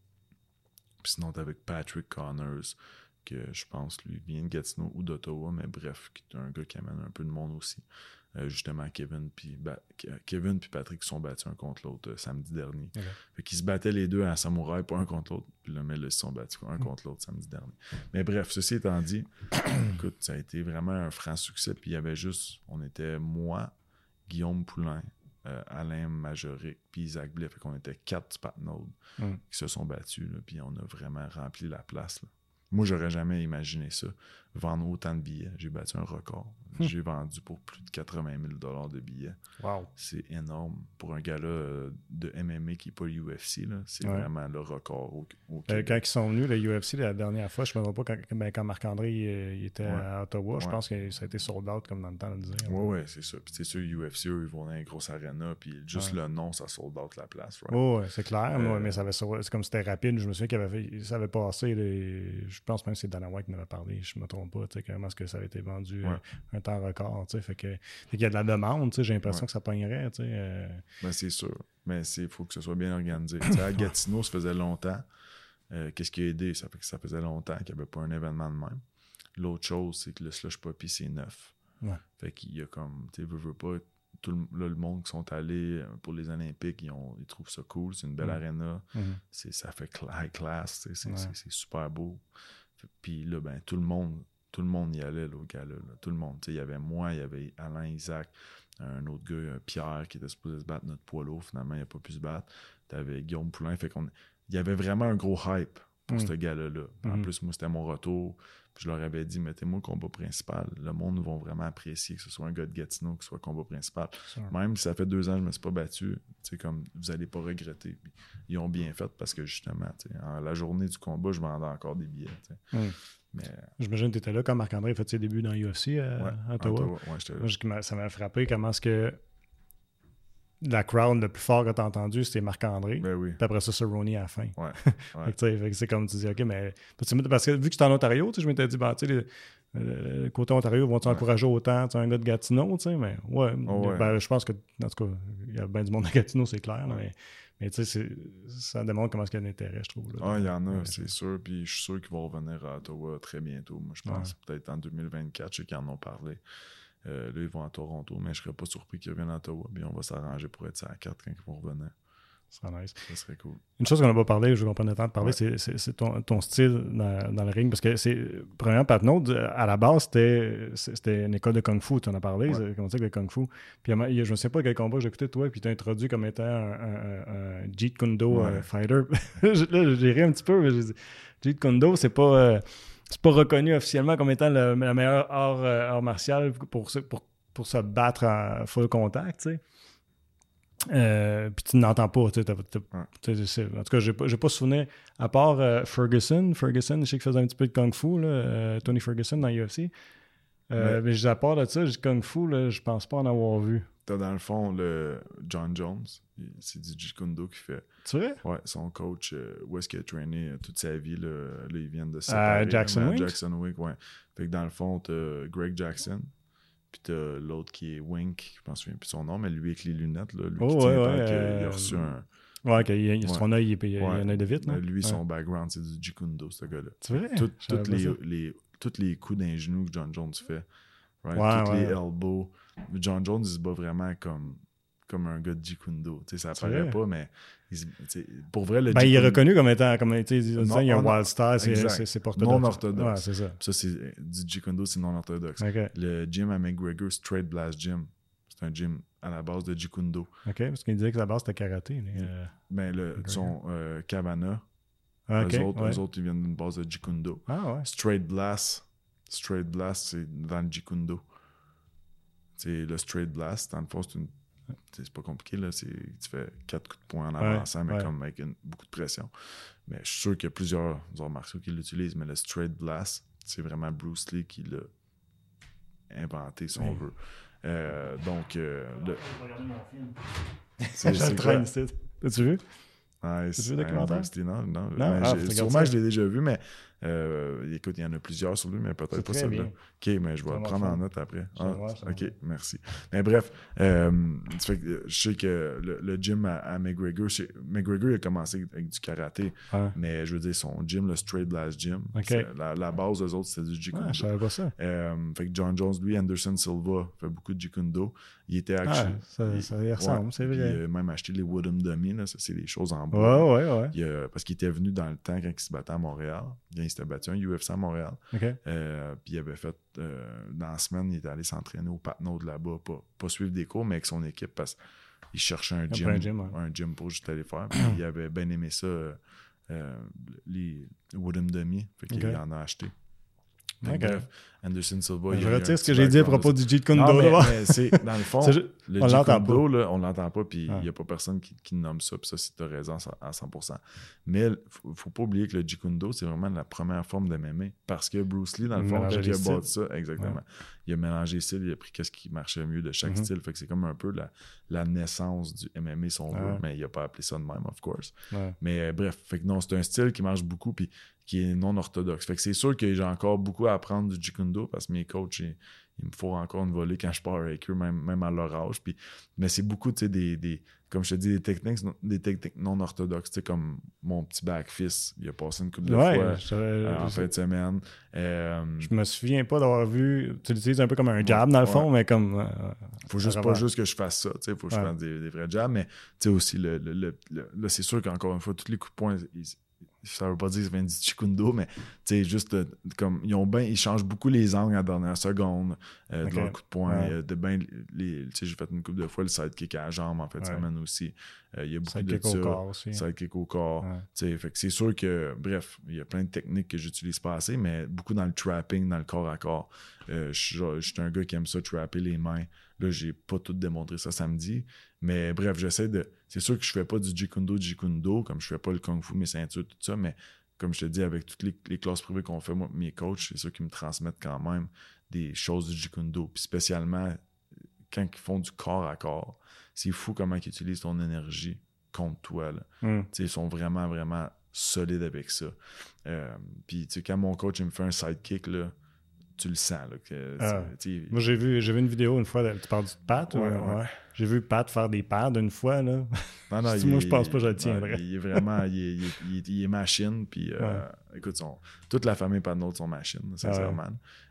Puis sinon, t'avais Patrick Connors, que je pense, lui, vient de Gatineau ou d'Ottawa, mais bref, qui est un gars qui amène un peu de monde aussi. Euh, justement, Kevin puis ba- Kevin puis Patrick se sont battus un contre l'autre euh, samedi dernier. Okay. Fait qu'ils se battaient les deux à Samouraï, pas un contre l'autre. Puis là, mais là, ils se sont battus un mm. contre l'autre samedi dernier. Mais bref, ceci étant dit, écoute, ça a été vraiment un franc succès. Puis il y avait juste, on était moi, Guillaume Poulain, euh, Alain Majoric, puis Isaac Blais. Fait qu'on était quatre Pat Node mm. qui se sont battus. Là, puis on a vraiment rempli la place. Là. Moi, j'aurais jamais imaginé ça. Vendre autant de billets. J'ai battu un record. Hum. J'ai vendu pour plus de quatre-vingt mille dollars de billets. Wow. C'est énorme. Pour un gars-là euh, de M M A qui n'est pas U F C, là, c'est ouais. vraiment le record au, au euh, Quand ils sont venus, le U F C, la dernière fois, je ne me rappelle pas, quand, ben, quand Marc-André il, il était ouais. à Ottawa, je ouais. pense que ça a été sold out, comme dans le temps de le dire. Oui, oui, c'est ça. Puis c'est sûr, U F C, eux, ils vont dans une grosse arena, puis juste ouais. le nom, ça sold out la place. Right? Oui, ouais, c'est clair. Euh, ouais, mais ça avait, c'est comme c'était rapide. Je me souviens qu'il avait fait, ça avait passé, les, je pense même que c'est Dana White qui m'avait parlé, je ne me trompe pas, comment est-ce que ça avait été vendu ouais. euh, un temps record. Fait que, fait qu'il y a de la demande, j'ai l'impression ouais. que ça pognerait. Euh... Ben, c'est sûr, mais il faut que ce soit bien organisé. À Gatineau, ça faisait longtemps. Euh, qu'est-ce qui a aidé? Ça fait que ça faisait longtemps qu'il n'y avait pas un événement de même. L'autre chose, c'est que le Slush Poppy, c'est neuf. Ouais. Fait qu'il y a comme, tu sais, veux, veux pas, tout le, là, le monde qui sont allés pour les Olympiques, ils, ont, ils trouvent ça cool. C'est une belle mmh. arena. Mmh. C'est, ça fait high class. C'est, ouais. c'est, c'est super beau. Puis là, ben, tout le monde, tout le monde y allait, là, au gala. Là. Tout le monde. Il y avait moi, il y avait Alain, Isaac, un autre gars, Pierre, qui était supposé se battre, notre poids lourd. Finalement, il n'a pas pu se battre. Tu avais Guillaume Poulain. Fait qu'on, il y avait vraiment un gros hype pour mmh. ce gala-là. En mmh. plus, moi, c'était mon retour. Puis je leur avais dit, mettez-moi le combat principal. Le monde va vraiment apprécier que ce soit un gars de Gatineau qui soit le combat principal. Sure. Même si ça fait deux ans que je ne me suis pas battu, comme vous n'allez pas regretter. Puis, ils ont bien fait parce que justement, en la journée du combat, je vendais encore des billets. Mm. Mais... J'imagine que tu étais là quand Marc-André a fait ses débuts dans U F C à, ouais, à Ottawa. Ottawa. Ouais, j'étais là. Ça m'a frappé comment est-ce que la crowd le plus fort que tu as entendu, c'était Marc-André. Ben oui. Puis après ça, Cerrone à la fin. Ouais. ouais. fait que, fait que c'est comme tu dis, OK, mais. Parce que vu que c'est en Ontario, je m'étais dit, ben, tu sais, le côté Ontario, vont-tu ouais. encourager autant un gars de Gatineau, tu sais, mais ouais. Oh, ouais. Ben, je pense que, en tout cas, il y a bien du monde à Gatineau, c'est clair, ouais. mais. Mais tu sais, ça démontre comment est-ce qu'il y a un intérêt, je trouve. Là, ah, il y en a, ouais, c'est sûr. Puis je suis sûr qu'ils vont revenir à Ottawa très bientôt. Moi, je pense ouais. peut-être en deux mille vingt-quatre, je sais qu'ils en ont parlé. Euh, là, ils vont à Toronto, mais je serais pas surpris qu'ils reviennent à Ottawa. Puis on va s'arranger pour être sur la carte quand ils vont revenir. Ce serait nice. Ça serait cool. Une chose qu'on n'a pas parlé, je vais prendre le temps de parler, Ouais. c'est, c'est, c'est ton, ton style dans, dans le ring. Parce que, c'est premièrement, Pat Naud, à la base, c'était, c'était une école de Kung Fu. Tu en as parlé, Ouais. c'est comme ça que le Kung Fu. Puis je ne sais pas quel combat j'ai écouté, toi, puis tu as introduit comme étant un, un, un, un Jeet Kune Do Ouais. uh, fighter. Là, j'ai ri un petit peu, mais j'ai dit, Jeet Kune Do, c'est pas, euh, c'est pas reconnu officiellement comme étant le, le meilleur art, euh, art martial pour, pour, pour se battre en full contact, tu sais. Euh, puis tu n'entends pas, tu sais, ouais. En tout cas, j'ai pas, j'ai pas souvenir, à part euh, Ferguson, Ferguson, je sais qu'il faisait un petit peu de Kung Fu, là, euh, Tony Ferguson dans U F C, euh, ouais. Mais à part de ça, Kung Fu, là, je pense pas en avoir vu. T'as dans le fond le John Jones, c'est du Jeet Kune Do qu'il fait. Tu vrai? Ouais, son coach, euh, où est-ce qu'il a traîné euh, toute sa vie, là, là ils viennent de se séparer. À Jackson Wink? Jackson Wink, ouais. Fait que dans le fond, t'as Greg Jackson, puis t'as l'autre qui est Wink, je pense plus son nom, mais lui avec les lunettes, là, lui oh, qui ouais, tient ouais, tant euh... qu'il a reçu un... Ouais, okay, il, il, ouais. son œil, il, il, il ouais. y en a de vite, non? Lui, ouais. son background, c'est du Jeet Kune Do, ce gars-là. C'est vrai? Tout, toutes les, les, tous les coups d'un genou que John Jones fait, right? Ouais, tous ouais. les elbows. John Jones, il se bat vraiment comme... comme un gars de Jeet Kune Do. T'sais, ça apparaît pas, mais il, pour vrai, le ben, il est reconnu comme étant, comme il y a un wild style, c'est orthodoxe. Non orthodoxe. Ouais, c'est ça. Ça, c'est du Jeet Kune Do, c'est non orthodoxe. Okay. Le gym à McGregor, Straight Blast Gym, c'est un gym à la base de Jeet Kune Do. OK, parce qu'il disait que la base, c'était karaté. Mais, euh... ben, le, son euh, Kavana, okay, eux, autres, ouais. eux autres, ils viennent d'une base de Jeet Kune Do. Ah, ouais. Straight Blast, Straight Blast, c'est dans le Jeet Kune Do. C'est le Straight Blast, dans le fond, c'est une c'est pas compliqué, là. C'est, tu fais quatre coups de poing en avançant, ouais, mais ouais. comme avec une, beaucoup de pression. Mais je suis sûr qu'il y a plusieurs arts martiaux qui l'utilisent, mais le Straight Blast, c'est vraiment Bruce Lee qui l'a inventé, si oui. on veut. Euh, donc, euh, le... Regardez mon film. C'est, c'est train ici. T'as-tu vu? Nice. T'as-tu vu le documentaire? Non, non. non? Ah, sûrement, je l'ai déjà vu, mais euh, écoute, il y en a plusieurs sur lui, mais peut-être c'est pas celui-là. OK, mais je vais le prendre en note après. Ah, voir, OK, voir. Merci. Mais bref, euh, fait que, je sais que le, le gym à, à McGregor, McGregor il a commencé avec du karaté, ouais. mais je veux dire, son gym, le Straight Blast Gym, okay. la, la base des autres, c'était du Jeet Kune Do. Ah, je savais pas ça. Euh, fait que John Jones, lui, Anderson Silva, fait beaucoup de Jeet Kune Do. Il était actually, ah, ça, il, ça y ressemble, ouais, c'est vrai. Il a même acheté les Wooden Dummy, là, ça, c'est des choses en bois. Ouais, ouais, ouais. Il a, parce qu'il était venu dans le temps quand il se battait à Montréal. Il s'était battu un U F C à Montréal. Okay. Euh, puis il avait fait, euh, dans la semaine, il était allé s'entraîner au Pat Naud de là-bas, pas, pas suivre des cours, mais avec son équipe, parce qu'il cherchait un gym, un gym, ouais. un gym pour juste aller faire. Puis il avait bien aimé ça, euh, les Wooden Dummy. Fait qu'il okay. en a acheté. Okay. Bref, Anderson Silva. Je retire ce que j'ai dit à propos du Jeet Kune Do. Mais, mais c'est, dans le fond, le on Jeet l'entend Kune Do, là, on l'entend pas, puis il ah. n'y a pas personne qui, qui nomme ça, puis ça, c'est de raison à cent pour cent. Mais il ne faut pas oublier que le Jeet Kune Do, c'est vraiment la première forme de M M A, parce que Bruce Lee, dans le fond, quand il a bâti ça, exactement, ouais. il a mélangé les styles, il a pris qu'est-ce qui marchait mieux de chaque mm-hmm. style, fait que c'est comme un peu la, la naissance du M M A, si on veut, ouais. mais il n'a pas appelé ça de même, of course. Ouais. Mais euh, bref, fait que non, c'est un style qui marche beaucoup, puis qui est non orthodoxe. Fait que c'est sûr que j'ai encore beaucoup à apprendre du Jeet Kune Do parce que mes coachs, ils, il me faut encore une volée quand je pars avec eux, même, même à leur âge. Puis, mais c'est beaucoup, tu sais, des, des, comme je te dis, des techniques, des techniques non orthodoxes. Tu sais, comme mon petit back fist, il a passé une couple de ouais, fois je, euh, je en sais. fin de semaine. Euh, je me souviens pas d'avoir vu, tu l'utilises un peu comme un jab dans le fond, ouais. mais comme... Euh, faut juste pas juste que je fasse ça, tu sais, faut que ouais. je fasse des, des vrais jabs, mais tu sais aussi, le, le, le, le, là, c'est sûr qu'encore une fois, tous les coups de poing, ils, ça veut pas dire que ça vient du Jeet Kune Do, mais tu sais, juste euh, comme ils ont ben, ils changent beaucoup les angles à la dernière seconde euh, okay. de leur coup de poing. Ouais. Euh, de ben, les, tu sais, j'ai fait une couple de fois le sidekick à la jambe en fait ouais. semaine aussi. Il euh, y a beaucoup sidekick de ça. Au corps aussi. Sidekick au corps. Ouais. Tu sais, fait que c'est sûr que, bref, il y a plein de techniques que j'utilise pas assez, mais beaucoup dans le trapping, dans le corps à corps. Euh, je suis un gars qui aime ça, trapper les mains. Là, j'ai pas tout démontré ça samedi. Mais bref, j'essaie de. C'est sûr que je fais pas du Jeet Kune Do, Jeet Kune Do, comme je fais pas le Kung Fu, mes ceintures, tout ça, mais comme je te dis, avec toutes les, les classes privées qu'on fait, moi, mes coachs, c'est sûr qu'ils me transmettent quand même des choses du Jeet Kune Do. Puis spécialement, quand ils font du corps à corps, c'est fou comment ils utilisent ton énergie contre toi. Là. Mm. Ils sont vraiment, vraiment solides avec ça. Euh, puis quand mon coach il me fait un sidekick, là, tu le sens. Là, que, ah. Moi, j'ai vu, j'ai vu une vidéo une fois, tu parles du Pat? Ouais, ouais. ouais. J'ai vu Pat faire des pads une fois. Là. Non, non, si moi, je pense pas que je le tiendrais. Il est vraiment, il est, il est, il est machine. Puis, euh, ouais. écoute, son, toute la famille Pat Naud sont machines, sincèrement. Ah ouais.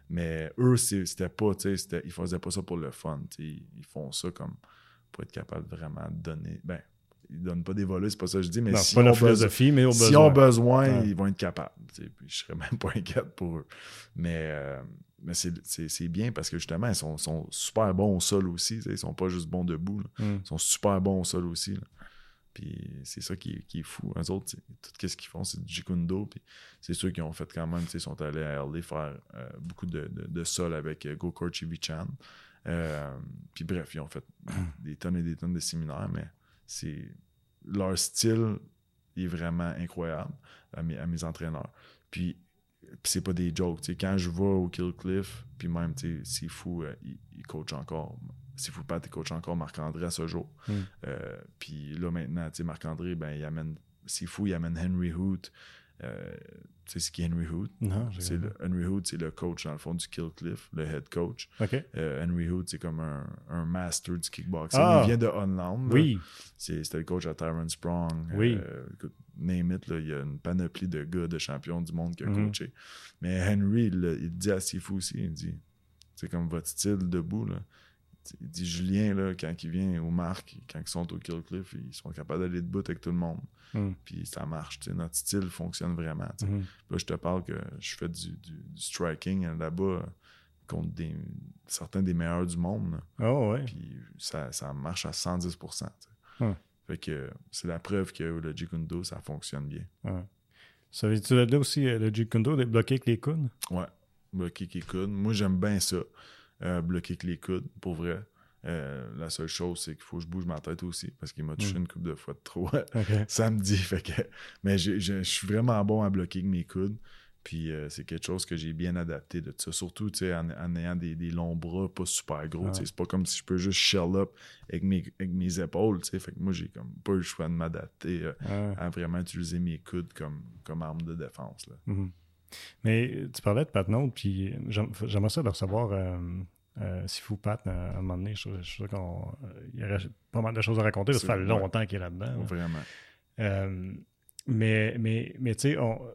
Mais eux, c'est, c'était pas, tu sais, c'était, ils faisaient pas ça pour le fun. Ils, ils font ça comme pour être capable de vraiment donner. Ben, ils donnent pas des volets, c'est pas ça que je dis, mais non, si c'est pas on la besoin, philosophie, mais au s'ils besoin. ont besoin, Ouais. ils vont être capables. Puis je serais même pas inquiète pour eux. Mais, euh, mais c'est, c'est, c'est bien parce que justement, ils sont, sont super bons au sol aussi. Ils sont pas juste bons debout. Mm. Ils sont super bons au sol aussi. Là. Puis c'est ça qui est, qui est fou. Eux autres, tout ce qu'ils font, c'est du Jiu-Jitsu. Puis c'est ceux qui ont fait quand même, ils sont allés à L A faire euh, beaucoup de, de, de sol avec euh, Gokor Chivichan. Euh, puis bref, ils ont fait des tonnes et des tonnes de séminaires, mais c'est leur style est vraiment incroyable à mes, à mes entraîneurs. Puis, puis c'est pas des jokes. T'sais, quand je vais au Kill Cliff, puis même, c'est fou, euh, il, il coach encore. C'est fou, Pat, il coach encore Marc-André à ce jour. Mm. Euh, puis là, maintenant, Marc-André, ben, il amène, c'est fou, il amène Henry Hoot. Euh, tu sais ce qui est Henry Hoot? Non, c'est le, Henry Hoot, c'est le coach, dans le fond, du Kill Cliff, le head coach. Okay. Euh, Henry Hoot, c'est comme un, un master du kickboxing. Ah, il vient de Unland. Oui. C'est, c'était le coach à Tyrone Sprong. Oui. Euh, name it, là, il y a une panoplie de gars, de champions du monde qui a mm-hmm. coaché. Mais Henry, il, il dit à Sifu aussi, il dit, c'est comme votre style debout, là. Il dit Julien, là, quand il vient au Marc, quand ils sont au Kill Cliff, ils sont capables d'aller debout avec tout le monde. Mm. Puis ça marche. Notre style fonctionne vraiment. Mm-hmm. Là, je te parle que je fais du, du, du striking là-bas contre des, certains des meilleurs du monde. Oh, ouais. Puis ça, ça marche à cent dix pour cent. Mm. Fait que c'est la preuve que le Jiu-Jitsu, ça fonctionne bien. Ouais. Ça veut-tu là aussi, le Jiu-Jitsu, de bloquer avec les coudes? Ouais, bloquer avec les coudes. Moi, j'aime bien ça. Euh, bloquer avec les coudes, pour vrai. Euh, la seule chose, c'est qu'il faut que je bouge ma tête aussi, parce qu'il m'a touché mm. une couple de fois de trop okay. samedi. Fait que, mais je suis vraiment bon à bloquer avec mes coudes. Puis euh, c'est quelque chose que j'ai bien adapté de ça. Surtout en, en ayant des, des longs bras pas super gros. Ah. C'est pas comme si je peux juste shell up avec mes, avec mes épaules. T'sais. Fait que moi, j'ai comme pas eu le choix de m'adapter euh, ah. à vraiment utiliser mes coudes comme, comme arme de défense. Là. Mm-hmm. Mais tu parlais de Pat Note, puis j'aimerais ça de recevoir euh, euh, Sifu Pat à un moment donné. Je suis sûr qu'il euh, y aurait pas mal de choses à raconter, parce que ça fait longtemps ouais. qu'il est là-dedans. Là. Vraiment. Euh, mais mais, mais tu sais,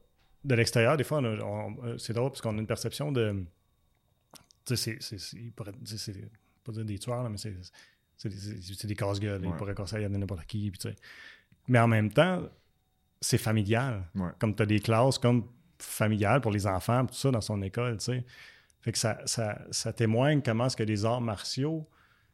de l'extérieur, des fois, on a, on, c'est drôle parce qu'on a une perception de. Tu sais, c'est, c'est, c'est, c'est pas dire des tueurs, là, mais c'est, c'est, c'est, c'est des casse-gueules. Ouais. Ils pourraient casser à n'importe qui. Puis, tu sais. Mais en même temps, c'est familial. Ouais. Comme tu as des classes comme familiales pour les enfants, tout ça, dans son école, tu sais. Fait que ça, ça, ça témoigne comment est-ce que les arts martiaux,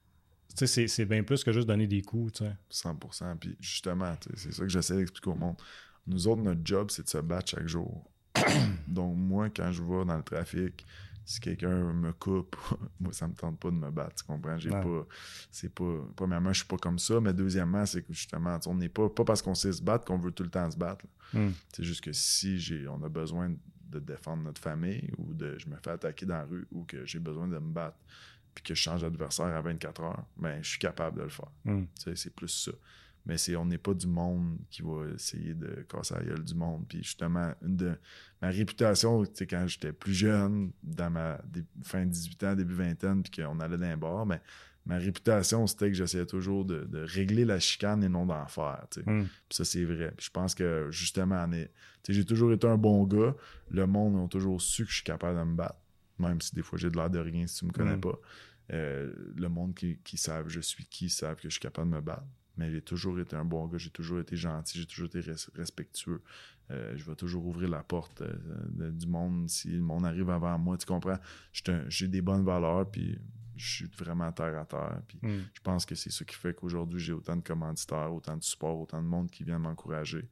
tu sais, c'est, c'est bien plus que juste donner des coups, tu sais. cent pour cent. Puis justement, c'est ça que j'essaie d'expliquer au monde. Nous autres, notre job, c'est de se battre chaque jour. Donc, moi, quand je vais dans le trafic, si quelqu'un me coupe, moi, ça me tente pas de me battre, tu comprends? J'ai ouais. pas... C'est pas... Premièrement, je suis pas comme ça, mais deuxièmement, c'est que justement, on n'est pas... Pas parce qu'on sait se battre qu'on veut tout le temps se battre. Mm. C'est juste que si j'ai, on a besoin de défendre notre famille ou de je me fais attaquer dans la rue ou que j'ai besoin de me battre puis que je change d'adversaire à vingt-quatre heures, ben je suis capable de le faire. Mm. C'est plus ça. Mais c'est, on n'est pas du monde qui va essayer de casser la gueule du monde. Puis justement, une de ma réputation, c'est quand j'étais plus jeune, dans ma dé, fin dix-huit ans, début vingtaine, puis qu'on allait dans un bar, ben, ma réputation, c'était que j'essayais toujours de, de régler la chicane et non d'en faire. Mm. Puis ça, c'est vrai. Puis je pense que justement, j'ai toujours été un bon gars. Le monde a toujours su que je suis capable de me battre. Même si des fois j'ai de l'air de rien si tu me connais mm. pas. Euh, le monde qui, qui savent je suis qui, savent que je suis capable de me battre. Mais j'ai toujours été un bon gars, j'ai toujours été gentil, j'ai toujours été res- respectueux. Euh, je vais toujours ouvrir la porte euh, de, du monde si le monde arrive avant moi. Tu comprends? Un, j'ai des bonnes valeurs, puis je suis vraiment terre à terre. Puis mm. je pense que c'est ça qui fait qu'aujourd'hui, j'ai autant de commanditaires, autant de support, autant de monde qui vient m'encourager.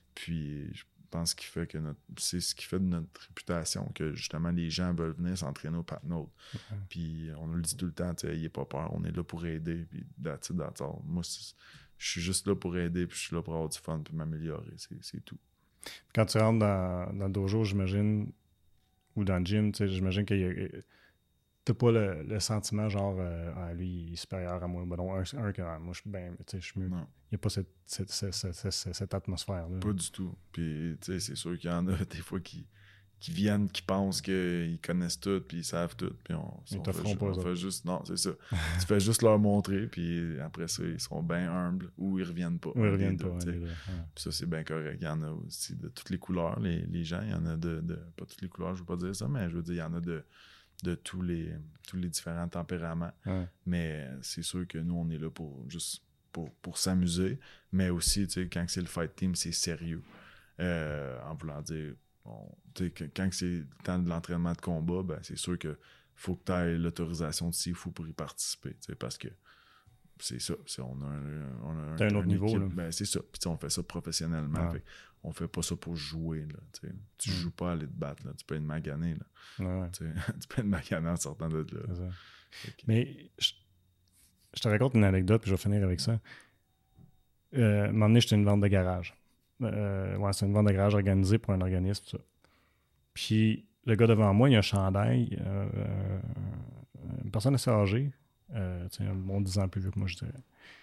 Puis je pense qu'il fait que notre, c'est ce qui fait de notre réputation, que justement les gens veulent venir s'entraîner au Pat Note. Okay. Puis on nous le dit tout le temps, n'ayez pas peur, on est là pour aider. Puis that's it, that's all. Moi, je suis juste là pour aider, puis je suis là pour avoir du fun, puis m'améliorer, c'est, c'est tout. Quand tu rentres dans, dans le dojo, j'imagine, ou dans le gym, j'imagine qu'il y a... T'as pas le, le sentiment genre euh, ah, lui il est supérieur à moi. Ben non, un, un que ah, moi je suis bien, tu sais, je suis mieux. Il n'y a pas cette, cette, cette, cette, cette atmosphère-là. Pas du tout. Puis tu sais, c'est sûr qu'il y en a des fois qui, qui viennent, qui pensent qu'ils connaissent tout, puis ils savent tout. Puis on, ils on, te fait, feront ju- pas on fait juste. Non, c'est ça. Tu fais juste leur montrer, puis après ça, ils sont bien humbles ou ils reviennent pas. Ou ils reviennent pas. Puis ouais. Ça, c'est bien correct. Il y en a aussi de toutes les couleurs, les, les gens. Il y en a de, de. Pas toutes les couleurs, je veux pas dire ça, mais je veux dire, il y en a de. de tous les, tous les différents tempéraments. Ouais. Mais c'est sûr que nous, on est là pour juste pour, pour s'amuser. Mais aussi, tu sais, quand c'est le fight team, c'est sérieux. Euh, en voulant dire, bon, tu sais, que, quand c'est le temps de l'entraînement de combat, ben, c'est sûr que faut que tu aies l'autorisation de Sifu pour y participer. Tu sais, parce que c'est ça. C'est, on a un, on a un, T'as un autre niveau, là. Ben, c'est ça. Puis tu sais, on fait ça professionnellement. Ouais. Fait, on fait pas ça pour jouer. Là, tu sais. Tu Mm. joues pas à aller te battre. Là. Tu peux être magané. Là. Ouais, ouais. Tu, tu peux être magané en sortant de là. C'est ça. Okay. Mais je, je te raconte une anecdote, puis je vais finir avec ça. Euh, à un moment donné, j'étais une vente de garage. Euh, ouais, c'est une vente de garage organisée pour un organisme, tout ça. Puis le gars devant moi, il a un chandail, euh, euh, une personne assez âgée, euh, un bon dix ans plus vieux que moi, je dirais.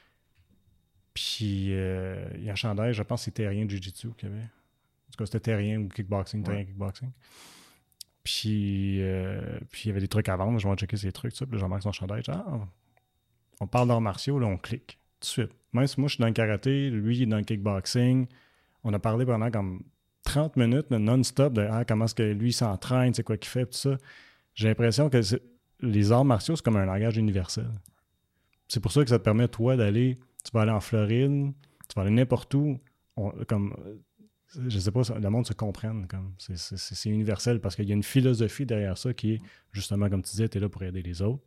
Puis euh, il y a un chandail, je pense que c'était terrien de Jiu-Jitsu qu'il y avait. En tout cas, c'était terrien ou kickboxing, terrien ouais. kickboxing. Puis, euh, puis il y avait des trucs à vendre, je vais checker ces trucs, ça, puis là, je remarque son chandail, je dis, ah, on parle d'arts martiaux, là, on clique tout de suite. Même si moi, je suis dans le karaté, lui, il est dans le kickboxing. On a parlé pendant comme trente minutes là, non-stop de ah, comment est-ce que lui s'entraîne, c'est quoi qu'il fait, tout ça. J'ai l'impression que les arts martiaux, c'est comme un langage universel. C'est pour ça que ça te permet, toi, d'aller, tu vas aller en Floride, tu vas aller n'importe où, on, comme, je sais pas, le monde se comprenne, comme, c'est, c'est, c'est universel parce qu'il y a une philosophie derrière ça qui est, justement, comme tu disais, tu es là pour aider les autres.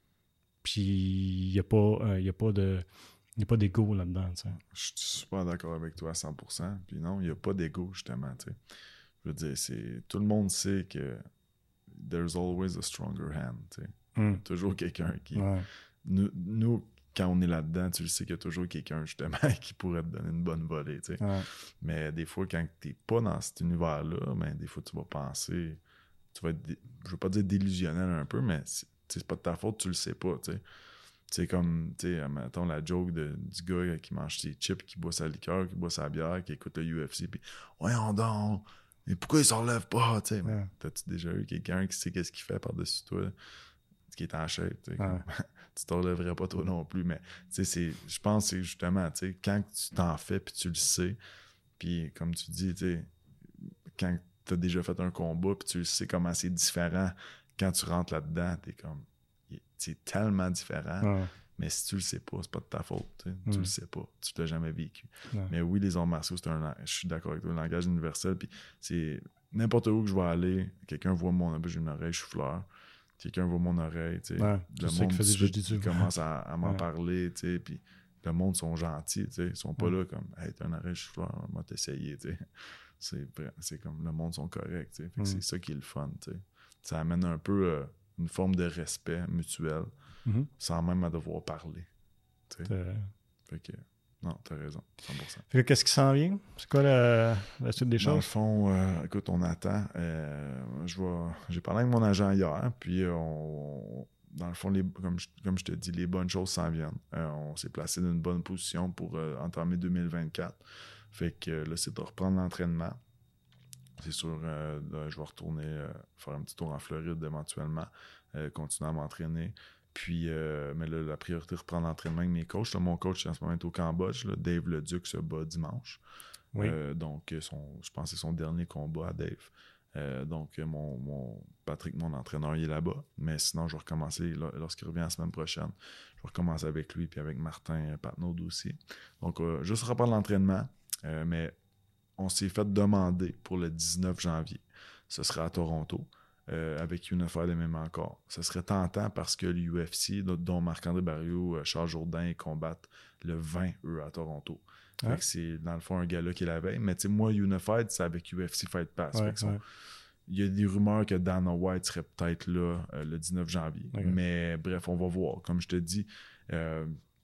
Puis, il n'y a pas, euh, y a pas de... Il n'y a pas d'ego là-dedans, tu sais. Je suis super d'accord avec toi à cent pour cent. Puis non, il n'y a pas d'ego, justement, tu sais. Je veux dire, c'est... Tout le monde sait que there's always a stronger hand, tu sais. Mm. Il y a toujours quelqu'un qui... Ouais. Nous, nous, quand on est là-dedans, tu le sais qu'il y a toujours quelqu'un, justement, qui pourrait te donner une bonne volée, tu sais. Ouais. Mais des fois, quand tu n'es pas dans cet univers-là, ben, des fois, tu vas penser... Tu vas être... Dé... Je veux pas dire délusionnel un peu, mais c'est, c'est pas de ta faute, tu le sais pas, tu sais. C'est comme, tu sais, mettons la joke de, du gars qui mange ses chips, qui boit sa liqueur, qui boit sa bière, qui écoute le U F C, puis « Voyons donc, mais pourquoi il s'en relève pas? » Tu sais, ouais. T'as-tu déjà eu quelqu'un qui sait qu'est-ce qu'il fait par-dessus toi, qui est en shape, tu sais, ouais. Tu t'en relèverais pas toi non plus, mais tu sais, je pense que c'est justement, tu sais, quand tu t'en fais, puis tu le sais, puis comme tu dis, tu sais, quand t'as déjà fait un combat, puis tu le sais comment c'est différent, quand tu rentres là-dedans, t'es comme... C'est tellement différent, ouais. Mais si tu le sais pas, c'est pas de ta faute. Mm. Tu le sais pas. Tu l'as jamais vécu. Ouais. Mais oui, les arts martiaux, c'est un je suis d'accord avec toi, un langage universel. Puis c'est n'importe où que je vais aller, quelqu'un voit mon j'ai une oreille, je suis fleur. Quelqu'un voit mon oreille, tu sais. Ouais, le tu monde sais suite, il commence à, à m'en ouais. parler, tu sais. Puis le monde sont gentils, tu sais. Ils sont pas ouais. là comme hey, t'as une oreille, je suis fleur, on va t'essayer, tu sais. C'est, c'est comme le monde sont corrects, tu sais. Fait que mm. c'est ça qui est le fun, tu sais. Ça amène un peu euh, une forme de respect mutuel, mm-hmm. sans même à devoir parler. Tu sais. Fait que, non, t'as raison, cent pour cent. Fait que qu'est-ce qui s'en vient? C'est quoi la, la suite des choses? Dans le fond, euh, écoute, on attend. Euh, je vais, j'ai parlé avec mon agent hier, puis on, dans le fond, les, comme, je, comme je te dis, les bonnes choses s'en viennent. Euh, on s'est placé dans une bonne position pour euh, entamer deux mille vingt-quatre. Fait que là, c'est de reprendre l'entraînement. C'est sûr, euh, là, je vais retourner euh, faire un petit tour en Floride éventuellement, euh, continuer à m'entraîner. Puis, euh, mais là, la priorité, reprendre l'entraînement avec mes coachs. Là, mon coach, en ce moment, est au Cambodge. Là, Dave Leduc se bat dimanche. Oui. Euh, donc, son, je pense que c'est son dernier combat à Dave. Euh, donc, mon, mon Patrick, mon entraîneur, il est là-bas. Mais sinon, je vais recommencer là, lorsqu'il revient la semaine prochaine. Je vais recommencer avec lui puis avec Martin Patnaud aussi. Donc, euh, juste reprendre l'entraînement. Euh, mais on s'est fait demander pour le dix-neuf janvier. Ce sera à Toronto, euh, avec Unified M M A encore. Ce serait tentant parce que l'U F C, dont Marc-André Barriault, Charles Jourdain, ils combattent le vingt, eux, à Toronto. Ouais. Fait que c'est, dans le fond, un gala qui est la veille. Mais tu sais, moi, Unified, c'est avec U F C Fight Pass. Ouais, fait ouais. Il y a des rumeurs que Dana White serait peut-être là euh, le dix-neuf janvier. Okay. Mais bref, on va voir. Comme je te dis, euh,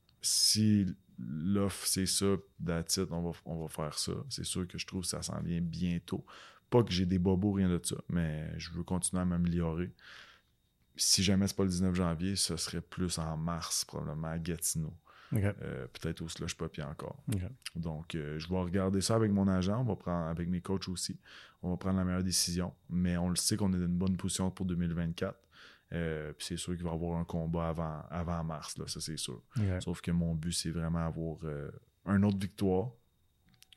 si... l'offre, c'est ça, that's it, on va, on va faire ça. C'est sûr que je trouve que ça s'en vient bientôt. Pas que j'ai des bobos, rien de ça, mais je veux continuer à m'améliorer. Si jamais c'est pas le dix-neuf janvier, ce serait plus en mars, probablement à Gatineau. Okay. Euh, peut-être au Slush Poppy encore. Okay. Donc, euh, je vais regarder ça avec mon agent, on va prendre avec mes coachs aussi. On va prendre la meilleure décision, mais on le sait qu'on est dans une bonne position pour deux mille vingt-quatre. Euh, puis c'est sûr qu'il va y avoir un combat avant, avant mars, là, ça c'est sûr. Okay. Sauf que mon but, c'est vraiment avoir euh, une autre victoire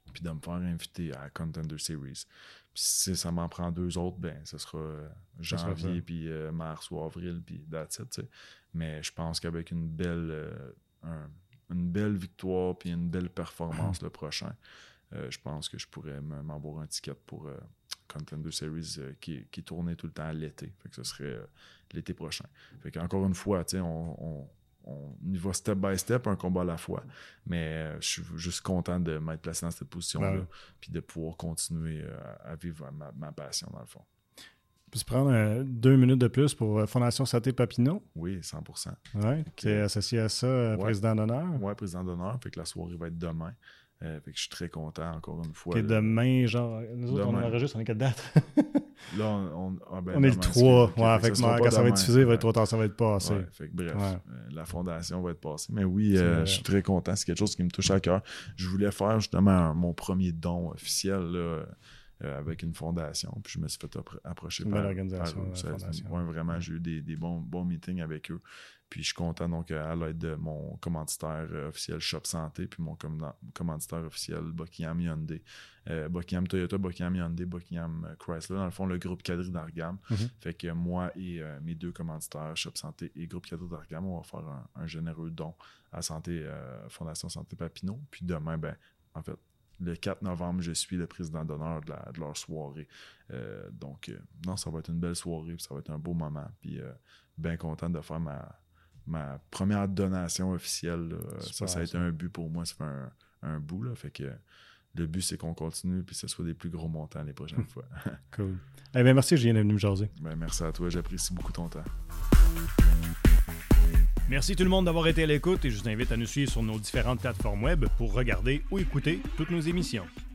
puis de me faire inviter à Contender Series. Puis si ça m'en prend deux autres, ben ce sera janvier, puis euh, mars ou avril, puis that's it, tu sais. Mais je pense qu'avec une belle, euh, un, une belle victoire, puis une belle performance le prochain, euh, je pense que je pourrais m'avoir un ticket pour euh, Contender Series euh, qui, qui tournait tout le temps à l'été. Fait que ce serait euh, l'été prochain. Fait qu'encore une fois, tu sais, on, on on y va step by step, un combat à la fois. Mais euh, je suis juste content de m'être placé dans cette position-là, ouais. puis de pouvoir continuer euh, à vivre ma, ma passion, dans le fond. Peux-tu prendre euh, deux minutes de plus pour euh, Fondation Santé Papineau? Oui, cent pour cent. Oui, tu es associé à ça, euh, ouais. président d'honneur? Oui, président d'honneur. Fait que la soirée va être demain. Euh, fait que je suis très content, encore une fois. Okay, là. Demain, genre, nous autres, demain. on enregistre, on est quelle date? Là, on, on, ah ben, on est le trois. Okay, ouais, fait fait que, que quand ça va être diffusé, il va être trop tard, ça va être passé. Ouais, fait que, bref, ouais. euh, la fondation va être passée. Mais oui, euh, je suis très content. C'est quelque chose qui me touche à cœur. Je voulais faire justement un, mon premier don officiel là, euh, avec une fondation. Puis je me suis fait appro- approcher une par, belle organisation, par eux. Ça, fondation. Ouais, vraiment, j'ai eu des, des bons, bons meetings avec eux. Puis je suis content donc à l'aide de mon commanditaire euh, officiel Shop Santé, puis mon com- commanditaire officiel Buckingham Hyundai, euh, Buckingham Toyota, Buckingham Hyundai, Buckingham Chrysler, dans le fond le groupe Quadri d'Argam. Mm-hmm. Fait que moi et euh, mes deux commanditaires Shop Santé et groupe Quadri d'Argam, on va faire un, un généreux don à Santé euh, Fondation Santé Papineau. Puis demain, ben en fait, le quatre novembre, je suis le président d'honneur de, la, de leur soirée. Euh, donc, euh, non, ça va être une belle soirée, puis ça va être un beau moment. Puis, euh, bien content de faire ma, ma première donation officielle. Ça, ça a été un but pour moi. Ça fait un, un bout. Là. Fait que le but, c'est qu'on continue, puis que ce soit des plus gros montants les prochaines fois. Cool. Eh bien, merci, Julien, d'être venu me jaser. Ben, merci à toi. J'apprécie beaucoup ton temps. Merci tout le monde d'avoir été à l'écoute et je vous invite à nous suivre sur nos différentes plateformes web pour regarder ou écouter toutes nos émissions.